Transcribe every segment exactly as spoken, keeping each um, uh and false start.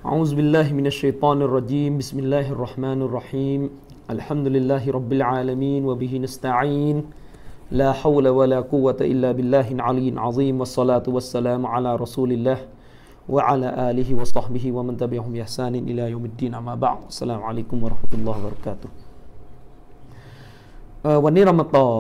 أعوذ بالله من الشيطان الرجيم بسم الله الرحمن الرحيم الحمد لله رب العالمين وبه نستعين لا حول ولا قوة إلا بالله العلي العظيم والصلاة والسلام على رسول الله وعلى آله وصحبه ومن تبعهم بإحسان إلى يوم الدين أما بعد السلام عليكم ورحمة الله وبركاته วันนี้เรามาต่อ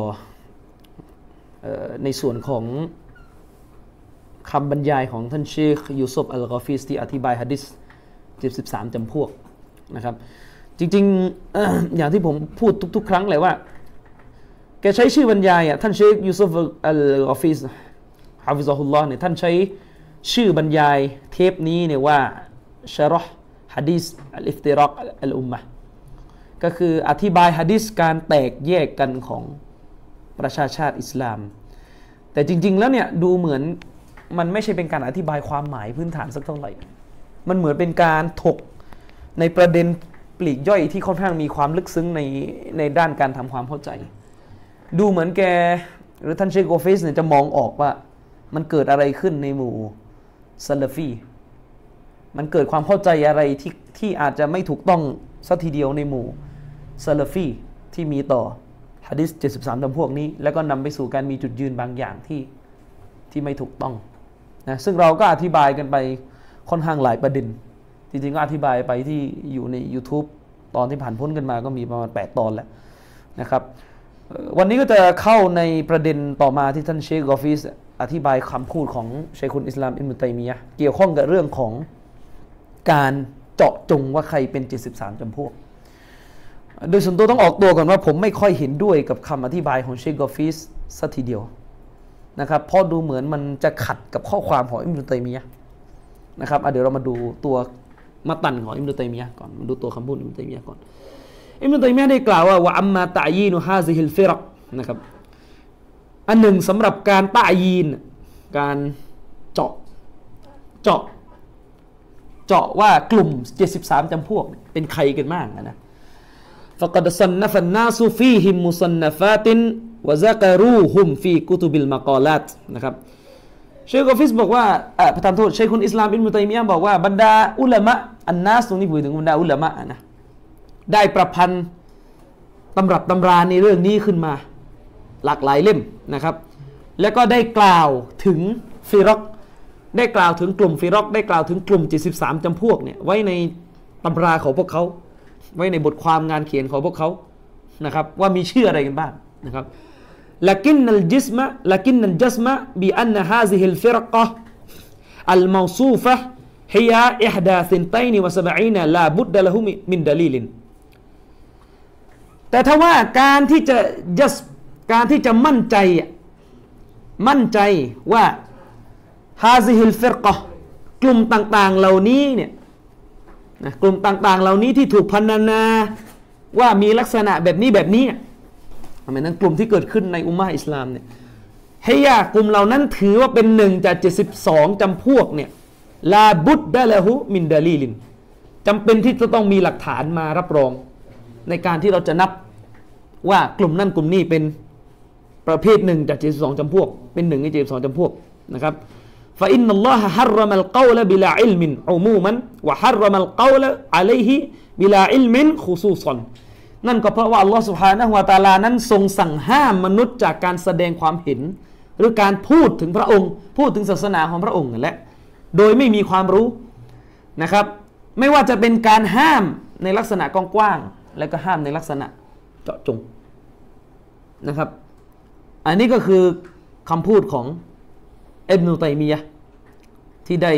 ในส่วนของคำบรรยายของท่านเชคยูซุฟอัลกอฟีสที่อธิบายหะดีษเจ็ดสิบสามจำพวกนะครับจริงๆ อ, อย่างที่ผมพูดทุกๆครั้งเลยว่าแกใช้ชื่อบรรยายอ่ะท่านเชคยูซุฟอัลกอฟีสฮะฟิซะฮุลลอฮ์เนี่ยท่านใช้ชื่อบรรยายเทปนี้เนี่ยว่าชะรอห์หะดีษอัลอิฟติรอกอัลอุมมะห์ก็คืออธิบายหะดีษการแตกแยกกันของประชาชาติอิสลามแต่จริงๆแล้วเนี่ยดูเหมือนมันไม่ใช่เป็นการอธิบายความหมายพื้นฐานสักเท่าไหร่มันเหมือนเป็นการถกในประเด็นปลีกย่อยที่ค่อนข้างมีความลึกซึ้งในในด้านการทำความเข้าใจดูเหมือนแกหรือท่านเชคโกฟิสเนี่ยจะมองออกว่ามันเกิดอะไรขึ้นในหมู่ซะลาฟีมันเกิดความเข้าใจอะไรที่ที่อาจจะไม่ถูกต้องสัทีเดียวในหมู่ซะลาฟีที่มีต่อหะดีษเจ็ดสิบสามจำพวกนี้แล้วก็นำไปสู่การมีจุดยืนบางอย่างที่ที่ไม่ถูกต้องนะซึ่งเราก็อธิบายกันไปค่อนข้างหลายประเด็นจริงๆก็อธิบายไปที่อยู่ใน YouTube ตอนที่ผ่านพ้นกันมาก็มีประมาณแปดตอนแล้วนะครับวันนี้ก็จะเข้าในประเด็นต่อมาที่ท่านเชคกอฟิสอธิบายคำพูดของชัยคุลอิสลามอิบนุตัยมียะห์เกี่ยวข้องกับเรื่องของการเจาะจงว่าใครเป็นเจ็ดสิบสามจำพวกโดยส่วนตัวต้องออกตัวก่อนว่าผมไม่ค่อยเห็นด้วยกับคำอธิบายของเชคกอฟิสสักทีเดียวนะครับเพราะดูเหมือนมันจะขัดกับข้อความของอิบนุตัยมียะห์นะครับเดี๋ยวเรามาดูตัวมัตตันของอิบนุตัยมียะห์ก่อนมาดูตัวคำพูดอิบนุตัยมียะห์ก่อนอิบนุตัยมียะห์ได้กล่าวว่าวะอัมมาตะยีนุฮาซิฮิลฟิรกนะครับอันหนึ่งสำหรับการตะยีนการเจาะเจาะเจาะว่ากลุ่มเจ็ดสิบสามจำพวกเป็นใครกันบ้างนะฟะกัดซันนะฟันนาซุฟีฮิมมุซันนะฟาตินวะซะกะรูฮุมฟีกุตุบิลมะกอลาตนะครับเชคกอฟิสบอกว่าเอ่อประธานโทษเชคุลอิสลามอิบนุตัยมียะห์บอกว่าบรรดาอุลามะอันนาสตรงนี้พูดถึงบรรดาอุลามะนะได้ประพันธ์ตำรับตำราในเรื่องนี้ขึ้นมาหลากหลายเล่มนะครับแล้วก็ได้กล่าวถึงฟิรอกได้กล่าวถึงกลุ่มฟิรอกได้กล่าวถึงกลุ่มเจ็ดสิบสามจำพวกเนี่ยไว้ในตำราของพวกเขาไว้ในบทความงานเขียนของพวกเขานะครับว่ามีชื่ออะไรกันบ้างนะครับلكن الجسم لكن الجسم بأن هذه الفرقة الموصوفة هي إحدى ثنتين وسبعين لا بد له من دليل แต่ถ้าว่าการที่จะยัสการที่จะมั่นใจมั่นใจว่าฮาซิฮิลฟิรกะห์กลุ่มต่างๆเหล่านี้เนี่ยนะกลุ่มต่างๆเหล่านี้ที่ถูกพรรณนาว่ามีลักษณะแบบนี้แบบนี้หมายถึงกลุ่มที่เกิดขึ้นในอุมมะฮ์อิสลามเนี่ยให้ยากลุ่มเหล่านั้นถือว่าเป็นหนึ่งจากเจ็ดสิบสองจำพวกเนี่ยลาบุดดะละหุมินดาลีลินจำเป็นที่จะต้องมีหลักฐานมารับรองในการที่เราจะนับว่ากลุ่มนั้นกลุ่มนี้เป็นประเภทหนึ่งจากเจ็ดสิบสองจำพวกเป็นหนึ่งในเจ็ดสิบสองจำพวกนะครับฟะอินนัลลอฮะฮัรรมัลกอลบิลาอิลมินอุมูมันวะฮัรรมัลกอลอะลัยฮิบิลาอิลมินคุซูซันนั่นก็เพราะว่าอัลลอฮฺซุบฮานะฮูวะตะอาลานั้นทรงสั่งห้ามมนุษย์จากการแสดงความเห็นหรือการพูดถึงพระองค์พูดถึงศาสนาของพระองค์นั่นแหละโดยไม่มีความรู้นะครับไม่ว่าจะเป็นการห้ามในลักษณะกว้างๆและก็ห้ามในลักษณะเจาะจงนะครับอันนี้ก็คือคำพูดของอิบนุตัยมียะห์ที่ได้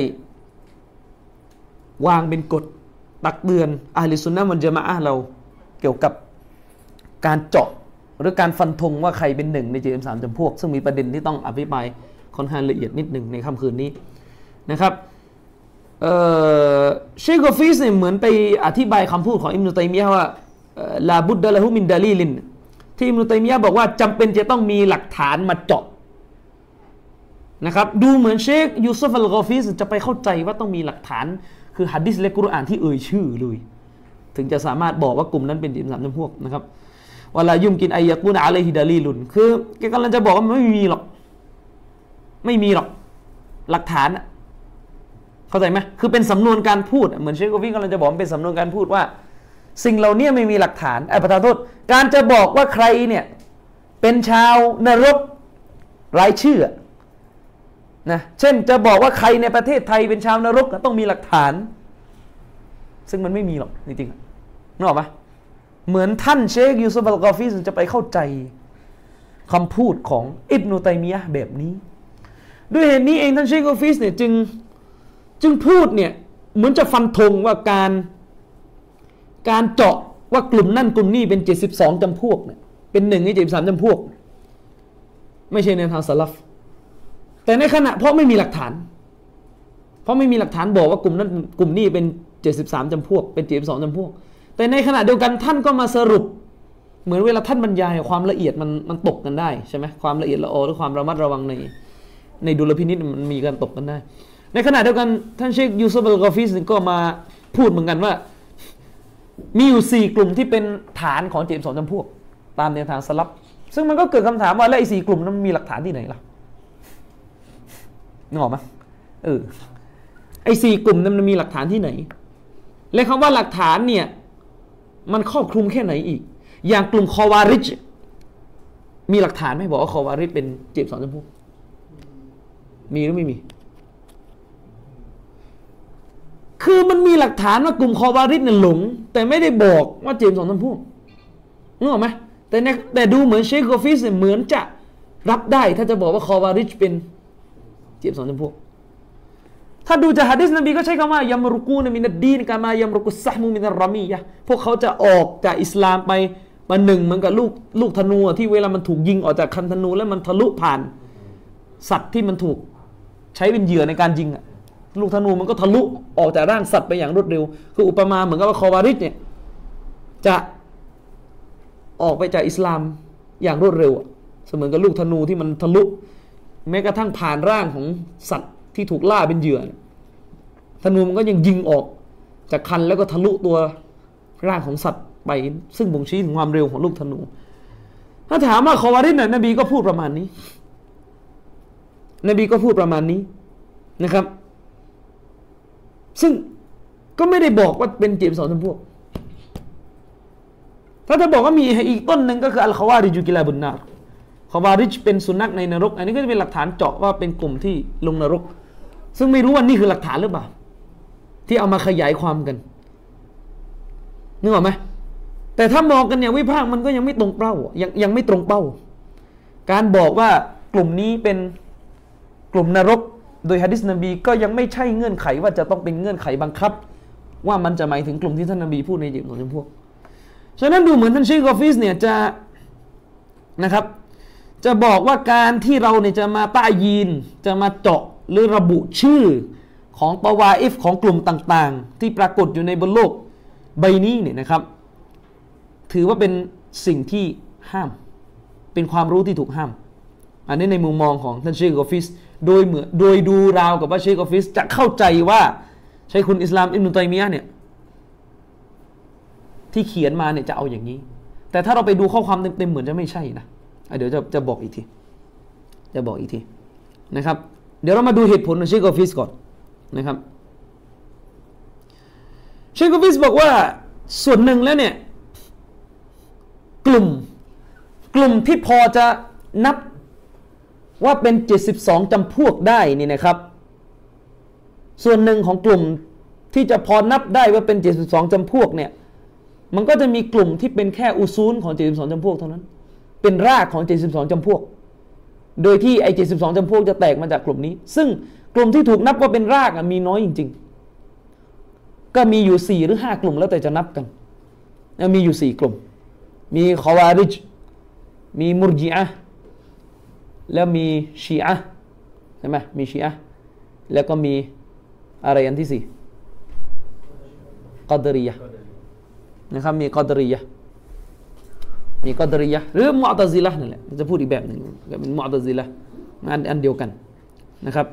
วางเป็นกฎตักเตือนอะห์ลิสซุนนะฮ์วัลญะมาอะห์เราเกี่ยวกับการเจาะหรือการฟันธงว่าใครเป็นหนึ่งในเจ็ดสิบสามจำพวกซึ่งมีประเด็นที่ต้องอภิปรายค่อนข้างละเอียดนิดหนึ่งในค่ำคืนนี้นะครับเชคกอฟิสเนี่ยเหมือนไปอธิบายคำพูดของอิบนุตัยมียะห์ว่าลาบุดดะละหุมินดาลีลินที่อิบนุตัยมียะห์บอกว่าจำเป็นจะต้องมีหลักฐานมาเจาะนะครับดูเหมือนเชคยูซุฟอัลกอฟิสจะไปเข้าใจว่าต้องมีหลักฐานคือหะดีษและกุรอานที่เอ่ยชื่อเลยถึงจะสามารถบอกว่ากลุ่มนั้นเป็นเจ็ดสิบสามจำพวกนะครับวะลายุมกินอัยยะกูนอะลัยฮิดาลีลุนคือแกกำลังจะบอกว่าไม่มีหรอกไม่มีหรอกหลักฐานเข้าใจไหมคือเป็นสำนวนการพูดเหมือนเชคโกฟีกำลังจะบอกเป็นสำนวนการพูดว่าสิ่งเหล่านี้ไม่มีหลักฐานไอ้ประธานโทษการจะบอกว่าใครเนี่ยเป็นชาวนรกรายชื่อนะเช่นจะบอกว่าใครในประเทศไทยเป็นชาวนรกต้องมีหลักฐานซึ่งมันไม่มีหรอกจริงๆนึกออกปะเหมือนท่านเชคยูซุฟอัลกอฟีจะไปเข้าใจคำพูดของอิบนุตัยมียะห์แบบนี้ด้วยเหตุนี้เองท่านเชคกอฟีสเนี่ยจึงจึงพูดเนี่ยเหมือนจะฟันธงว่าการการเจาะว่ากลุ่มนั่นกลุ่มนี้เป็นเจ็ดสิบสองจำพวกเนี่ยเป็นหนึ่งในเจ็ดสิบสามจำพวกไม่ใช่แนวทางสลัฟแต่ในขณะเพราะไม่มีหลักฐานเพราะไม่มีหลักฐานบอกว่ากลุ่มนั้นกลุ่มนี้เป็นเจ็ดสิบสามจำพวกเป็นเจ็ดสิบสองจำพวกแต่ในขณะเดียวกันท่านก็มาสรุปเหมือนเวลาท่านบรรยายความละเอียดมันมันตกกันได้ใช่ไหมความละเอียดละออหรือความระมัดระวังในในดุลพินิจมันมีการตกกันได้ในขณะเดียวกันท่านเชคยูซุฟอัลกอฟีสก็มาพูดเหมือนกันว่ามีอยู่สี่กลุ่มที่เป็นฐานของเจ็ดสิบสองจำพวกตามแนวทางสลับซึ่งมันก็เกิดคำถามว่าแล้วไอ้สี่กลุ่มนั้นมีหลักฐานที่ไหนล่ะนึกออกไหมเออไอ้สี่กลุ่มนั้นมันมีหลักฐานที่ไหนและคำว่าหลักฐานเนี่ยมันครอบคลุมแค่ไหนอีกอย่างกลุ่มคอวาริจมีหลักฐานไหมบอกว่าคอวาริจเป็นเจ็ดสิบสองจำพวกมีหรือไม่มีคือมันมีหลักฐานว่ากลุ่มคอวาริจเนี่ยหลงแต่ไม่ได้บอกว่าเจ็ดสิบสองจำพวกนึกออกไหมแต่เนี่ยแต่ดูเหมือนเชคกอฟีสเนี่ยเหมือนจะรับได้ถ้าจะบอกว่าคอวาริจเป็นเจ็ดสิบสองจำพวกถ้าดูจากหะดีษนบีก็ใช้คำว่ายัมรุกูนมินัดดีนกามายัมรุกุสซะมูมินัรรอมียะพวกเขาจะออกจากอิสลามไปมาหนึ่งเหมือนกับลูกลูกธนูที่เวลามันถูกยิงออกจากคันธนูแล้วมันทะลุผ่านสัตว์ที่มันถูกใช้เป็นเหยื่อในการยิงอะลูกธนูมันก็ทะลุออกจากร่างสัตว์ไปอย่างรวดเร็วคืออุปมาเหมือนกับว่าคอวาริจเนี่ยจะออกไปจากอิสลามอย่างรวดเร็วเสมือนกับลูกธนูที่มันทะลุแม้กระทั่งผ่านร่างของสัตว์ที่ถูกล่าเป็นเหยื่อธนูมันก็ยังยิงออกจากคันแล้วก็ทะลุตัวร่างของสัตว์ไปซึ่งบ่งชี้ถึงความเร็วของลูกธนูถ้าถามว่าคอวาริจเนี่ยนบีก็พูดประมาณนี้นบีก็พูดประมาณนี้นะครับซึ่งก็ไม่ได้บอกว่าเป็นเจ็ดสิบสองจำพวกถ้าจะบอกว่ามีอีกต้นหนึ่งก็คืออัลคาวาริจุกิลาบุนนาร์คาวาริจเป็นสุนัขในนรกอันนี้ก็จะเป็นหลักฐานเจาะว่าเป็นกลุ่มที่ลงนรกซึ่งไม่รู้ว่านี่คือหลักฐานหรือเปล่าที่เอามาขยายความกันนึกออกไหมแต่ถ้ามองกันอย่างวิพากษ์มันก็ยังไม่ตรงเป้ายังยังไม่ตรงเป้าการบอกว่ากลุ่มนี้เป็นกลุ่มนรกโดยหะดีษนบีก็ยังไม่ใช่เงื่อนไขว่าจะต้องเป็นเงื่อนไขบังคับว่ามันจะหมายถึงกลุ่มที่ท่านนบีพูดในเจ็ดสิบสองจำพวกฉะนั้นดูเหมือนท่านเชคกอฟีสเนี่ยจะนะครับจะบอกว่าการที่เราเนี่ยจะมาตะยีนจะมาเจาะหรือระบุชื่อของตะวาอิฟของกลุ่มต่างๆที่ปรากฏอยู่ในบนโลกใบนี้เนี่ยนะครับถือว่าเป็นสิ่งที่ห้ามเป็นความรู้ที่ถูกห้ามอันนี้ในมุมมองของท่านเชคกอฟีสโดยเหมือนโดยดูราวกับว่าเชคกอฟีสจะเข้าใจว่าใช้คุณอิสลามอิบนุตัยมียะห์เนี่ยที่เขียนมาเนี่ยจะเอาอย่างนี้แต่ถ้าเราไปดูข้อความเต็มๆเหมือนจะไม่ใช่นะเดี๋ยวจะจะบอกอีกทีจะบอกอีกทีนะครับเดี๋ยวเรามาดูเหตุผลของเชคกอฟีสก่อนนะครับเชคกอฟีสบอกว่าส่วนหนึ่งแล้วเนี่ยกลุ่มกลุ่มที่พอจะนับว่าเป็นเจ็ดสิบสองจำพวกได้นี่นะครับส่วนหนึ่งของกลุ่มที่จะพอนับได้ว่าเป็นเจ็ดสิบสองจำพวกเนี่ยมันก็จะมีกลุ่มที่เป็นแค่อุซูลของเจ็ดสิบสองจำพวกเท่านั้นเป็นรากของเจ็ดสิบสองจำพวกโดยที่ไอ้เจ็ดสิบสองจำพวกจะแตกมาจากกลุ่มนี้ซึ่งกลุ่มที่ถูกนับว่าเป็นรากมีน้อยจริงๆก็มีอยู่สี่หรือห้ากลุ่มแล้วแต่จะนับกันมีอยู่สี่กลุ่มมีคอวาริจมีมุรจิอะห์แล้วมีชีอะห์ใช่ไหมมีชีอะห์แล้วก็มีอะไรอันที่สี่กอดรียะห์นะครับมีกอดรียะห์มีกอดรียะห์หรือมุอ์ตะซิละห์นั่นแหละจะพูดอีกแบบหนึ่งเป็นมุอ์ตะซิละห์อันอันเดียวกันนะครับ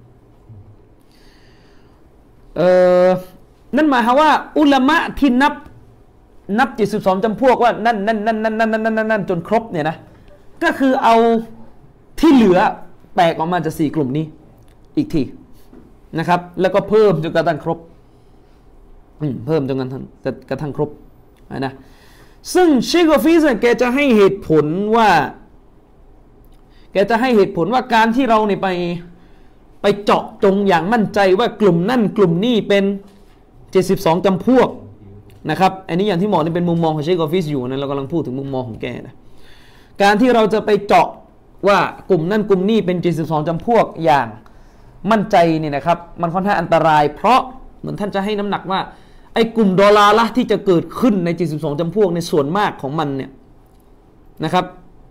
เอ่อนั่นหมายความว่าอุลามะที่นับนับเจ็ดสิบสองจำพวกว่านั่นนั่นนั่นนั่นนั่นนั่นนั่นจนครบเนี่ยนะก็คือเอาที่เหลือแตกออกมาจากสี่กลุ่มนี้อีกทีนะครับแล้วก็เพิ่มจนกระทั่งครบเพิ่มจนกระทั่งกระทั่งครบนะซึ่งเชคกอฟีสแกจะให้เหตุผลว่าแกจะให้เหตุผลว่าการที่เราเนี่ยไปไปเจาะจงอย่างมั่นใจว่ากลุ่มนั่นกลุ่มนี้เป็นเจ็ดสิบสองจำพวกนะครับอันนี้อย่างที่บอกนี่เป็นมุมมองของเชคกอฟีสอยู่นะเรากำลังพูดถึงมุมมองของแกนะการที่เราจะไปเจาะว่ากลุ่มนั่นกลุ่มนี้เป็นเจ็ดสิบสองจำพวกอย่างมั่นใจเนี่ยนะครับมันค่อนข้างอันตรายเพราะเหมือนท่านจะให้น้ำหนักว่าไอ้กลุ่มดอลาละที่จะเกิดขึ้นในเจ็ดสิบสองจำพวกในส่วนมากของมันเนี่ยนะครับ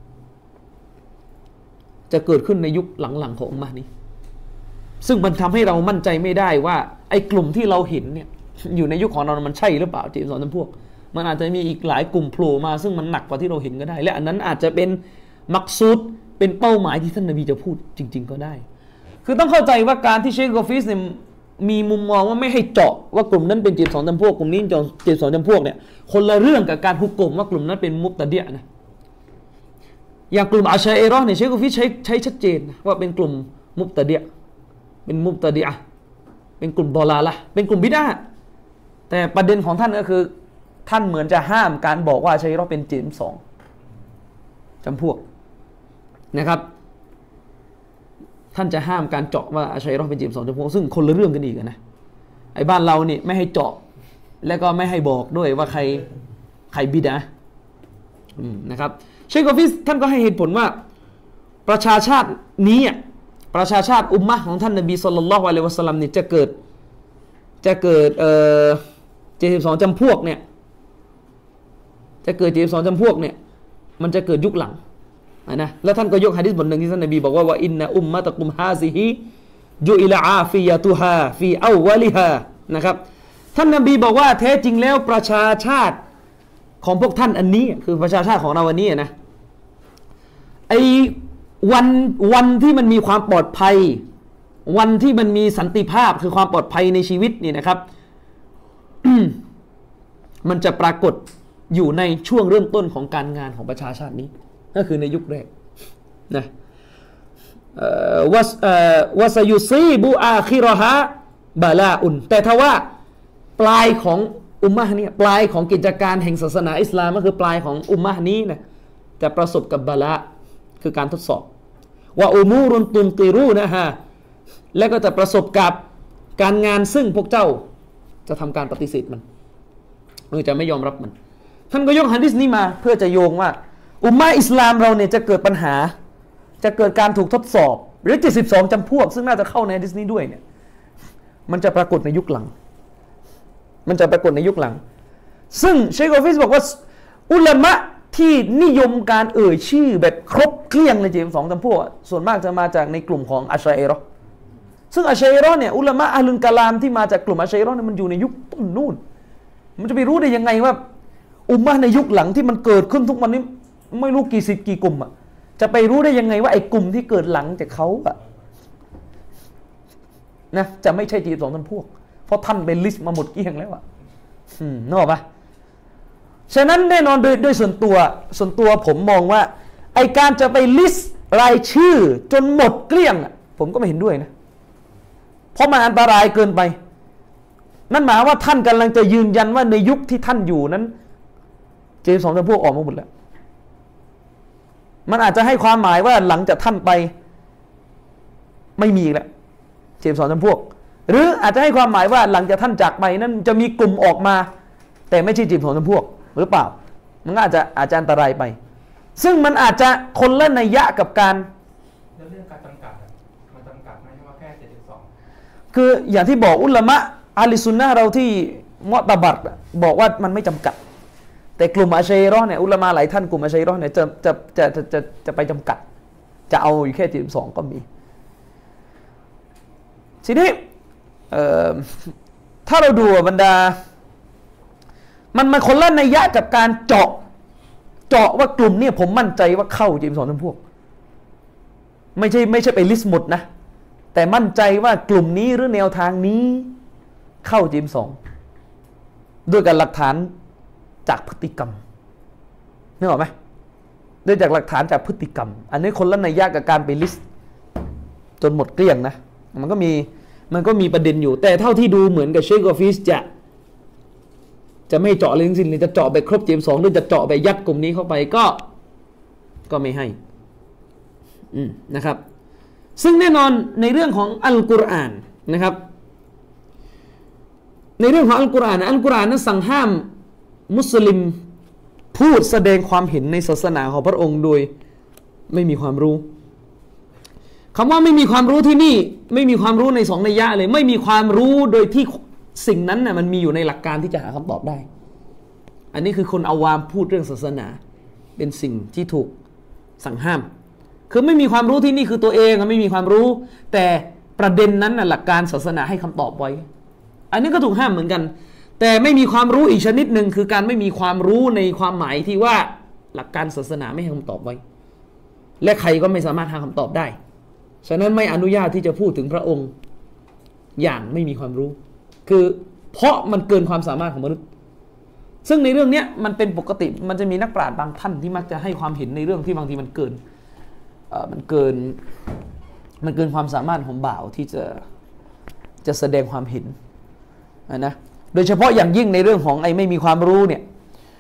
จะเกิดขึ้นในยุคหลังๆของอุมมะห์นี้ซึ่งมันทำให้เรามั่นใจไม่ได้ว่าไอ้กลุ่มที่เราเห็นเนี่ยอยู่ในยุคของเรามันใช่หรือเปล่าเจ็ดสิบสองจำพวกมันอาจจะมีอีกหลายกลุ่มโผล่มาซึ่งมันหนักกว่าที่เราเห็นก็ได้และอันนั้นอาจจะเป็นมักซูดเป็นเป้าหมายที่ท่านนบีจะพูดจริงๆก็ได้คือต้องเข้าใจว่าการที่เชคกอฟีสเนี่ยมีมุมมองว่าไม่ให้เจาะว่ากลุ่มนั้นเป็นเจ็ดสิบสองจำพวกกลุ่มนี้เจ็ดสิบสองจำพวกเนี่ยคนละเรื่องกับการฮุกกลมว่ากลุ่มนั้นเป็นมุบตะเดียนะอย่างกลุ่มอัชชัยรอเนี่ยเชคกอฟีสใช้ใช้ชัดเจนว่าเป็นกลุ่มมุบตะเดียเป็นมุบตะเดียเป็นกลุ่มดอลาละเป็นกลุ่มบิดาแต่ประเด็นของท่านก็คือท่านเหมือนจะห้ามการบอกว่าอัชชัยรอเป็นเจ็ดสิบสองจำพวกนะครับท่านจะห้ามการเจาะว่าอัชชัยรอเป็นเจ็ดสิบสองจำพวกซึ่งคนละเรื่องกันอีกนะไอ้บ้านเรานี่ไม่ให้เจาะแล้วก็ไม่ให้บอกด้วยว่าใครใครบิดานะครับเชคกอฟีสท่านก็ให้เหตุผลว่าประชาชาตินี้ประชาชาติอุมมะห์ของท่านนบีศ็อลลัลลอฮุอะลัยฮิวะซัลลัมเนี่ยจะเกิดจะเกิดเอ่อเจ็ดสิบสองจำพวกเนี่ยจะเกิดเจ็ดสิบสองจำพวกเนี่ยมันจะเกิดยุคหลังนะแล้วท่านก็ยกหะดีษบทหนึ่งที่ท่านนบีบอกว่าว่าอินนะอุมมะตะกุมฮาซิฮิจุอิลาอาฟิยะตุฮาฟีอาวะลิฮานะครับท่านนบีบอกว่าแท้จริงแล้วประชาชาติของพวกท่านอันนี้คือประชาชาติของเราวันนี้นะไอ้วันวันที่มันมีความปลอดภัยวันที่มันมีสันติภาพคือความปลอดภัยในชีวิตนี่นะครับ มันจะปรากฏอยู่ในช่วงเริ่มต้นของการงานของประชาชาตินี้ก็คือในยุคแรกนะวัสวัสยุซีบูอาคิรอฮะบาลาอุนแต่ถ้าว่าปลายของอุมมะห์นี้ปลายของกิจการแห่งศาสนาอิสลามก็คือปลายของอุมมะห์นี้นะจะประสบกับบาลาคือการทดสอบว่าอุมูรุนตุนติรูนะฮะและก็จะประสบกับการงานซึ่งพวกเจ้าจะทำการปฏิเสธมันหรือจะไม่ยอมรับมันท่านก็ยกหะดีษนี้มาเพื่อจะโยงว่าอุมมะห์อิสลามเราเนี่ยจะเกิดปัญหาจะเกิดการถูกทดสอบหรือเจ็ดสิบสองจำพวกซึ่งน่าจะเข้าในหะดีษนี้ด้วยเนี่ยมันจะปรากฏในยุคหลังมันจะปรากฏในยุคหลังซึ่งเชคกอฟีสบอกว่าอุลามะที่นิยมการเอ่ยชื่อแบบครบเกลี้ยงเลยเจ็ดสิบสองจำพวกส่วนมากจะมาจากในกลุ่มของอัชชัยรอซึ่งอัชชัยรอเนี่ยอุลามะอะลุลกะลามที่มาจากกลุ่มอัชชัยรอเนี่ยมันอยู่ในยุคต้นนู่นมันจะไปรู้ได้ยังไงว่าอุมมะห์ในยุคหลังที่มันเกิดขึ้นทุกวันนี้ไม่รู้กี่สิบกี่กลุ่มอ่ะจะไปรู้ได้ยังไงว่าไอ้กลุ่มที่เกิดหลังจากเขาอ่ะนะจะไม่ใช่เจ็ดสิบสองจำพวกเพราะท่านเป็นลิสต์มาหมดเกลี้ยงแล้วอ่ะอืมนึกออกปะฉะนั้นแน่นอนโดยโดยส่วนตัวส่วนตัวผมมองว่าไอการจะไปลิสต์รายชื่อจนหมดเกลี้ยงอ่ะผมก็ไม่เห็นด้วยนะเพราะมันอันตรายเกินไปนั่นหมายว่าท่านกำลังจะยืนยันว่าในยุคที่ท่านอยู่นั้นเจ็ดสิบสองจำพวกออกมาหมดแล้วมันอาจจะให้ความหมายว่าหลังจากท่านไปไม่มีอีกแล้วเจ็ดสิบสองจำพวกหรืออาจจะให้ความหมายว่าหลังจากท่านจากไปนั้นจะมีกลุ่มออกมาแต่ไม่ใช่เจ็ดสิบสองจำพวกหรือเปล่ามันก็อาจจะอาจจะอันตรายไปซึ่งมันอาจจะคนละนัยยะกับการเรื่องการจำกัดมันจำกัดไม่ใช่ว่าแค่เจ็ดสิบสองคืออย่างที่บอกอุลามะอะลิซุนนะห์เราที่มุอ์ตะบัรบอกว่ามันไม่จำกัดแต่กลุ่มอัชชัยรอเนี่ยอุลามะหลายท่านกลุ่มอัชชัยรอเนี่ยจะจะจะจะจะจะไปจำกัดจะเอาอยู่แค่เจ็ดสิบสองก็มีทีนี้ถ้าเราดูบรรดามันมันคนละนัยยะกับการเจาะเจาะว่ากลุ่มเนี่ยผมมั่นใจว่าเข้าเจ็ดสิบสองจำพวกไม่ใช่ไม่ใช่ไปลิสต์หมดนะแต่มั่นใจว่ากลุ่มนี้หรือแนวทางนี้เข้าเจ็ดสิบสองด้วยการหลักฐานจากพฤติกรรมนึกออกไหมด้วยจากหลักฐานจากพฤติกรรมอันนี้คนละนัยยะกับการไปลิสต์จนหมดเกลี้ยงนะมันก็มีมันก็มีประเด็นอยู่แต่เท่าที่ดูเหมือนกับเชคกอฟิสจะจะไม่เจาะเลยทั้งสิ้นเลยจะเจาะไปครบเจมสองหรือจะเจาะไปยัดกลุ่มนี้เข้าไปก็ก็ไม่ให้อืมนะครับซึ่งแน่นอนในเรื่องของอัลกุรอานนะครับในเรื่องของอัลกุรอานอัลกุรอานนั้นสั่งห้ามมุสลิมพูดแสดงความเห็นในศาสนาของพระองค์โดยไม่มีความรู้คำว่าไม่มีความรู้ที่นี่ไม่มีความรู้ในสองนัยยะเลยไม่มีความรู้โดยที่สิ่งนั้นน่ะมันมีอยู่ในหลักการที่จะหาคำตอบได้อันนี้คือคนอาวามพูดเรื่องศาสนาเป็นสิ่งที่ถูกสั่งห้ามคือไม่มีความรู้ที่นี่คือตัวเองไม่มีความรู้แต่ประเด็นนั้นน่ะหลักการศาสนาให้คำตอบไว้อันนี้ก็ถูกห้ามเหมือนกันแต่ไม่มีความรู้อีกชนิดหนึ่งคือการไม่มีความรู้ในความหมายที่ว่าหลักการศาสนาไม่ให้คำตอบไว้และใครก็ไม่สามารถหาคำตอบได้ฉะนั้นไม่อนุญาตที่จะพูดถึงพระองค์อย่างไม่มีความรู้คือเพราะมันเกินความสามารถของมนุษย์ซึ่งในเรื่องนี้มันเป็นปกติมันจะมีนักปราชญ์บางท่านที่มักจะให้ความเห็นในเรื่องที่บางทีมันเกินเอ่อมันเกินมันเกินความสามารถของบ่าวที่จะจะแสดงความเห็นนะโดยเฉพาะอย่างยิ่งในเรื่องของไอ้ไม่มีความรู้เนี่ย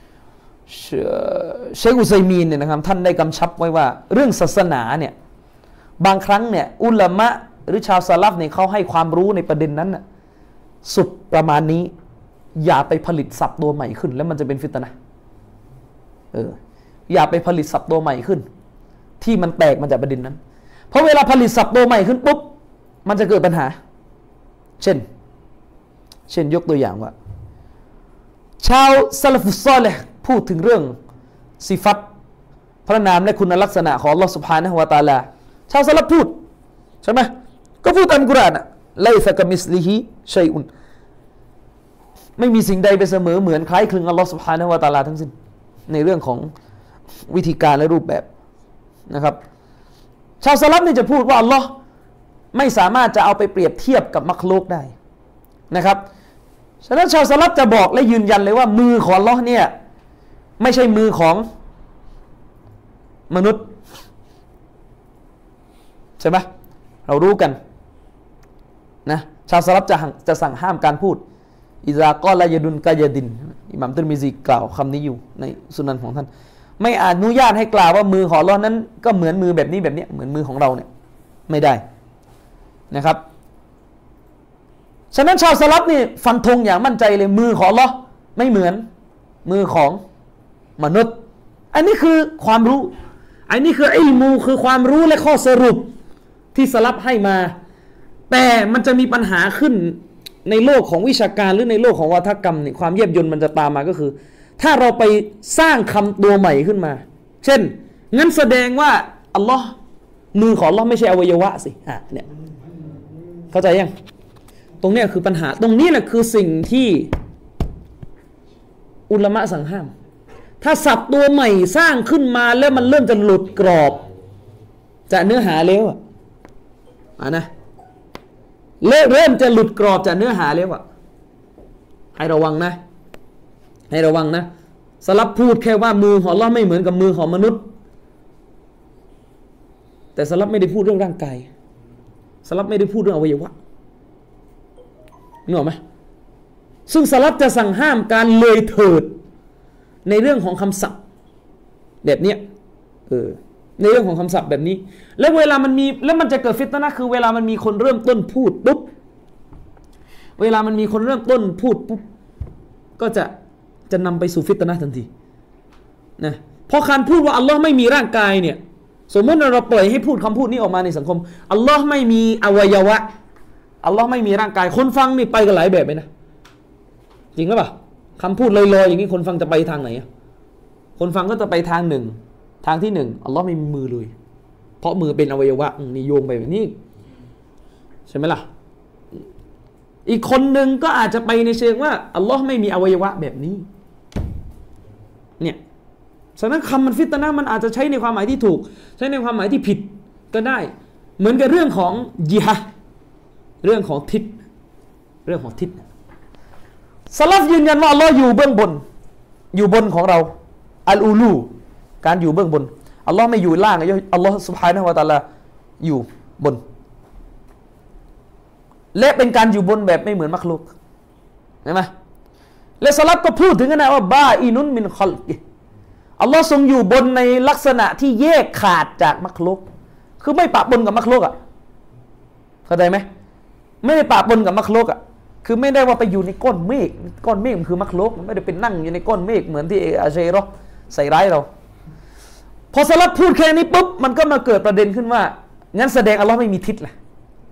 เชคอุซัยมีนเนี่ยนะครับท่านได้กำชับไว้ว่าเรื่องศาสนาเนี่ยบางครั้งเนี่ยอุลามะหรือชาวซะลัฟเนี่ยเขาให้ความรู้ในประเด็นนั้นน่ะสุดประมาณนี้อย่าไปผลิตศัพท์ตัวใหม่ขึ้นแล้วมันจะเป็นฟิตนะห์เอออย่าไปผลิตศัพท์ตัวใหม่ขึ้นที่มันแตกมาจากประเด็นนั้นเพราะเวลาผลิตศัพท์ตัวใหม่ขึ้นปุ๊บมันจะเกิดปัญหาเช่นเช่นยกตัวอย่างว่าชาวซะลาฟุศศอลิห์พูดถึงเรื่องสิฟัตพระนามและคุณลักษณะของอัลเลาะห์ซุบฮานะฮูวะตะอาลาชาวซะลัฟพูดใช่ไหมก็พูดตามกุรอานอะไลซะกะมิสลิฮิชัยอุนไม่มีสิ่งใดไปเสมอเหมือนคล้ายคลึงอัลเลาะห์ซุบฮานะฮูวะตะอาลาทั้งสิ้นในเรื่องของวิธีการและรูปแบบนะครับชาวซะลัฟนี่จะพูดว่าอัลเลาะห์ไม่สามารถจะเอาไปเปรียบเทียบกับมักลุกได้นะครับฉะนั้นชาวซะลัฟจะบอกและยืนยันเลยว่ามือของอัลเลาะห์เนี่ยไม่ใช่มือของมนุษย์ใช่ไหมเรารู้กันนะชาวซะลัฟจะจะสั่งห้ามการพูดอิซากอลายดุนกายดินอิหม่ามติรมิซีกล่าวคำนี้อยู่ในสุนันของท่านไม่อนุญาตให้กล่าวว่ามือของอัลเลาะห์นั้นก็เหมือนมือแบบนี้แบบนี้เหมือนมือของเราเนี่ยไม่ได้นะครับฉะนั้นชาวซะลัฟนี่ฟันธงอย่างมั่นใจเลยมือของอัลเลาะห์ไม่เหมือนมือของมนุษย์อันนี้คือความรู้อันนี้คืออิลมูคือความรู้และข้อสรุปที่สลับให้มาแต่มันจะมีปัญหาขึ้นในโลกของวิชาการหรือในโลกของวัฒกรรมนี่ความเยียบยนต์มันจะตามมาก็คือถ้าเราไปสร้างคำตัวใหม่ขึ้นมาเช่นงั้นแสดงว่าอัลลอฮ์มือของอัลลอฮ์ไม่ใช่อวัยวะสิอ่ะเนี่ยเข้าใจยังตรงนี้คือปัญหาตรงนี้แหละคือสิ่งที่อุลามะสั่งห้ามถ้าศัพท์ตัวใหม่สร้างขึ้นมาแล้วมันเริ่มจะหลุดกรอบจากเนื้อหาแล้วอ่ะอ่ะนะเริ่มจะหลุดกรอบจากเนื้อหาแล้วอ่ะให้ระวังนะให้ระวังนะสลับพูดแค่ว่ามือของอัลเลาะห์ไม่เหมือนกับมือของมนุษย์แต่สลับไม่ได้พูดเรื่องร่างกายสลับไม่ได้พูดเรื่องอวัยวะนึกออกไหมซึ่งสลับจะสั่งห้ามการเลยเถิดในเรื่องของคำศัพท์แบบนี้เออในเรื่องของคำศัพท์แบบนี้แล้วเวลามันมีแล้วมันจะเกิดฟิตนะห์คือเวลามันมีคนเริ่มต้นพูดปุ๊บเวลามันมีคนเริ่มต้นพูดปุ๊บก็จะจะนำไปสู่ฟิตนะห์ทันทีนะเพราะการพูดว่าอัลลอฮ์ไม่มีร่างกายเนี่ยสมมติเราปล่อยให้พูดคำพูดนี้ออกมาในสังคมอัลลอฮ์ไม่มีอวัยวะอัลลอฮ์ไม่มีร่างกายคนฟังนี่ไปกันหลายแบบเลยนะจริงหรือเปล่าคำพูดลอยๆอย่างนี้คนฟังจะไปทางไหนคนฟังก็จะไปทางหนึ่งทางที่หนึ่งอัลลอฮ์ไม่มีมือเลยเพราะมือเป็นอวัยวะนี่โยงไปแบบนี้ใช่ไหมล่ะอีกคนหนึ่งก็อาจจะไปในเชิงว่าอัลลอฮ์ไม่มีอวัยวะแบบนี้เนี่ยฉะนั้นคำมันฟิตนะห์มันอาจจะใช้ในความหมายที่ถูกใช้ในความหมายที่ผิดก็ได้เหมือนกับเรื่องของญิฮะเรื่องของทิศเรื่องของทิศสลัฟยืนยันว่าอัลลอฮ์อยู่เบื้องบนอยู่บนของเราอัลอูลูการอยู่เบื้องบนอัลลอฮ์ไม่อยู่ล่างอัลลอฮ์ซุบฮานะฮูวะตะอาลาอยู่บนและเป็นการอยู่บนแบบไม่เหมือนมักลุกเห็นไหมและสลับก็พูดถึงกันนะว่าบาอินุนมินคอลกิอัลลอฮ์ทรงอยู่บนในลักษณะที่แยกขาดจากมักลุกคือไม่ปะปนกับมักลุกอ่ะเข้าใจไหมไม่ได้ปะปนกับมักลุกอ่ะคือไม่ได้ว่าไปอยู่ในก้อนเมฆก้อนเมฆมันคือมักลุกมันไม่ได้เป็นนั่งอยู่ในก้อนเมฆเหมือนที่อาเชโรใส่ร้ายเราพอสลับพูดแค่นี้ปุ๊บมันก็มาเกิดประเด็นขึ้นว่างั้นแสดงอัลลอฮ์ไม่มีทิศแหละ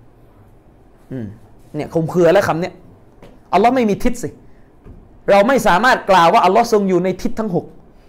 เนี่ยคมเคือแล้วคำเนี้ยอัลลอฮ์ไม่มีทิศสิเราไม่สามารถกล่าวว่าอัลลอฮ์ทรงอยู่ในทิศทั้งหก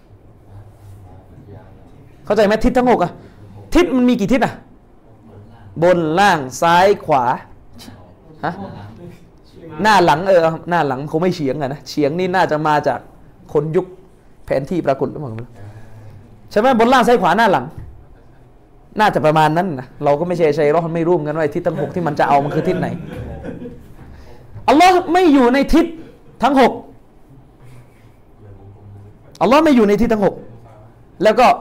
เข้าใจไหมทิศทั้งหกอะทิศมันมีกี่ทิศอะบนล่างซ้ายขวาฮะหน้าหลังเออหน้าหลังคงไม่เฉียงอะนะเฉียงนี่น่าจะมาจากคนยุคแผนที่ปรากฏหรือเปล่าใช่ไหมบนล่างซ้ายขวาหน้าหลังน่าจะประมาณนั้นนะเราก็ไม่ใช่ใช่เราไม่รู้กันว่าทิศทั้งหกที่มันจะเอามันคือทิศไหนอัลลอฮ์ไม่อยู่ในทิศทั้งหกอัลลอฮ์ไม่อยู่ในทิศทั้งหกแล้วก็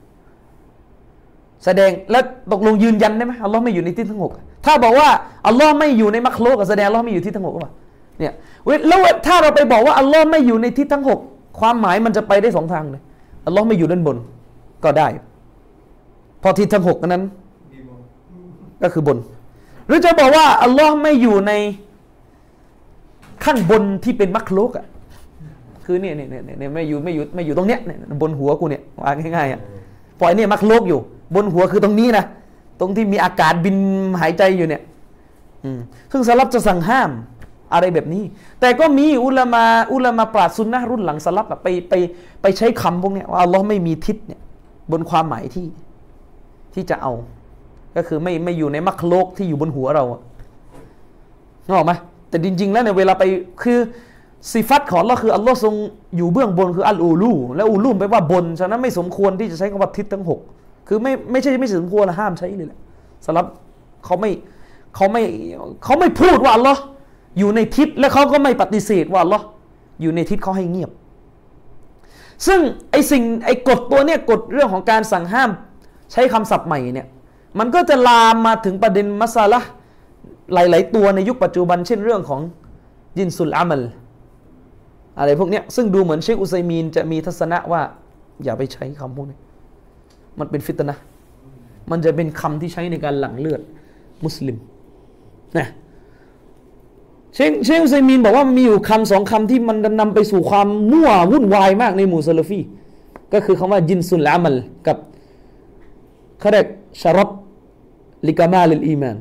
แสดงและตกลงยืนยันได้ไหมอัลลอฮ์ไม่อยู่ในทิศทั้งหกถ้าบอกว่าอัลลอฮ์ไม่อยู่ในมักลุกแสดงอัลลอฮ์ไม่อยู่ทิศทั้งหกป่ะเนี่ยแล้วถ้าเราไปบอกว่าอัลลอฮ์ไม่อยู่ในทิศทั้งหกความหมายมันจะไปได้สองทางเลยอัลลอฮ์ไม่อยู่ด้านบนก็ได้พอทิศทั้งหกนั้นก็คือบนหรือจะบอกว่าอัลลอฮ์ไม่อยู่ในข้างบนที่เป็นมักลุกอ่ะคือเนี่ยเนี่ยเนี่ยไม่อยู่ไม่อยู่ไม่อยู่ตรงเนี้ยบนหัวกูเนี่ยว่าง่ายๆอ่ะปล่อยเนี่ยมักลุกอยู่บนหัวคือตรงนี้นะตรงที่มีอากาศบินหายใจอยู่เนี่ยซึ่งสลับจะสั่งห้ามอะไรแบบนี้แต่ก็มีอุลามาอุลามาปราชญ์ซุนนะห์รุ่นหลังสลับไปไปไปใช้คำพวกเนี้ยว่าอัลลอฮ์ไม่มีทิศเนี่ยบนความหมายที่ที่จะเอาก็คือไม่ไม่อยู่ในมักลุกที่อยู่บนหัวเราอ่ะนึกออกไหมแต่จริงๆแล้วเนี่ยเวลาไปคือสิฟัตของอัลลอฮ์คืออัลลอฮ์ทรงอยู่เบื้องบนคืออัลอูลูและอูลูแปลว่าบนฉะนั้นไม่สมควรที่จะใช้คำว่าทิศทั้งหกคือไม่ไม่ใช่ไม่สมควรห้ามใช้เลยแหละสำหรับเขาไม่เขาไม่เขาไม่พูดว่าอัลลอฮ์อยู่ในทิศและเขาก็ไม่ปฏิเสธว่าอัลลอฮ์อยู่ในทิศเขาให้เงียบซึ่งไอสิ่งไอกฎตัวเนี้ยกฎเรื่องของการสั่งห้ามใช้คำศัพท์ใหม่เนี่ยมันก็จะลามมาถึงประเด็นมัสละหลายๆตัวในยุคปัจจุบันเช่นเรื่องของยินซุลอามัลอะไรพวกเนี้ยซึ่งดูเหมือนเชคอุซัยมีนจะมีทัศนะว่าอย่าไปใช้คำพวกนี้มันเป็นฟิตนะห์มันจะเป็นคำที่ใช้ในการหลั่งเลือดมุสลิมนะเชคเชคอุซัยมีนบอกว่ามีอยู่คำสองคำที่มันนำไปสู่ความมั่ววุ่นวายมากในหมู่ซะลาฟีก็คือคำว่ายินซุลอามัลกับเขาเรียกชะรอตลิกามาลิลอีมาน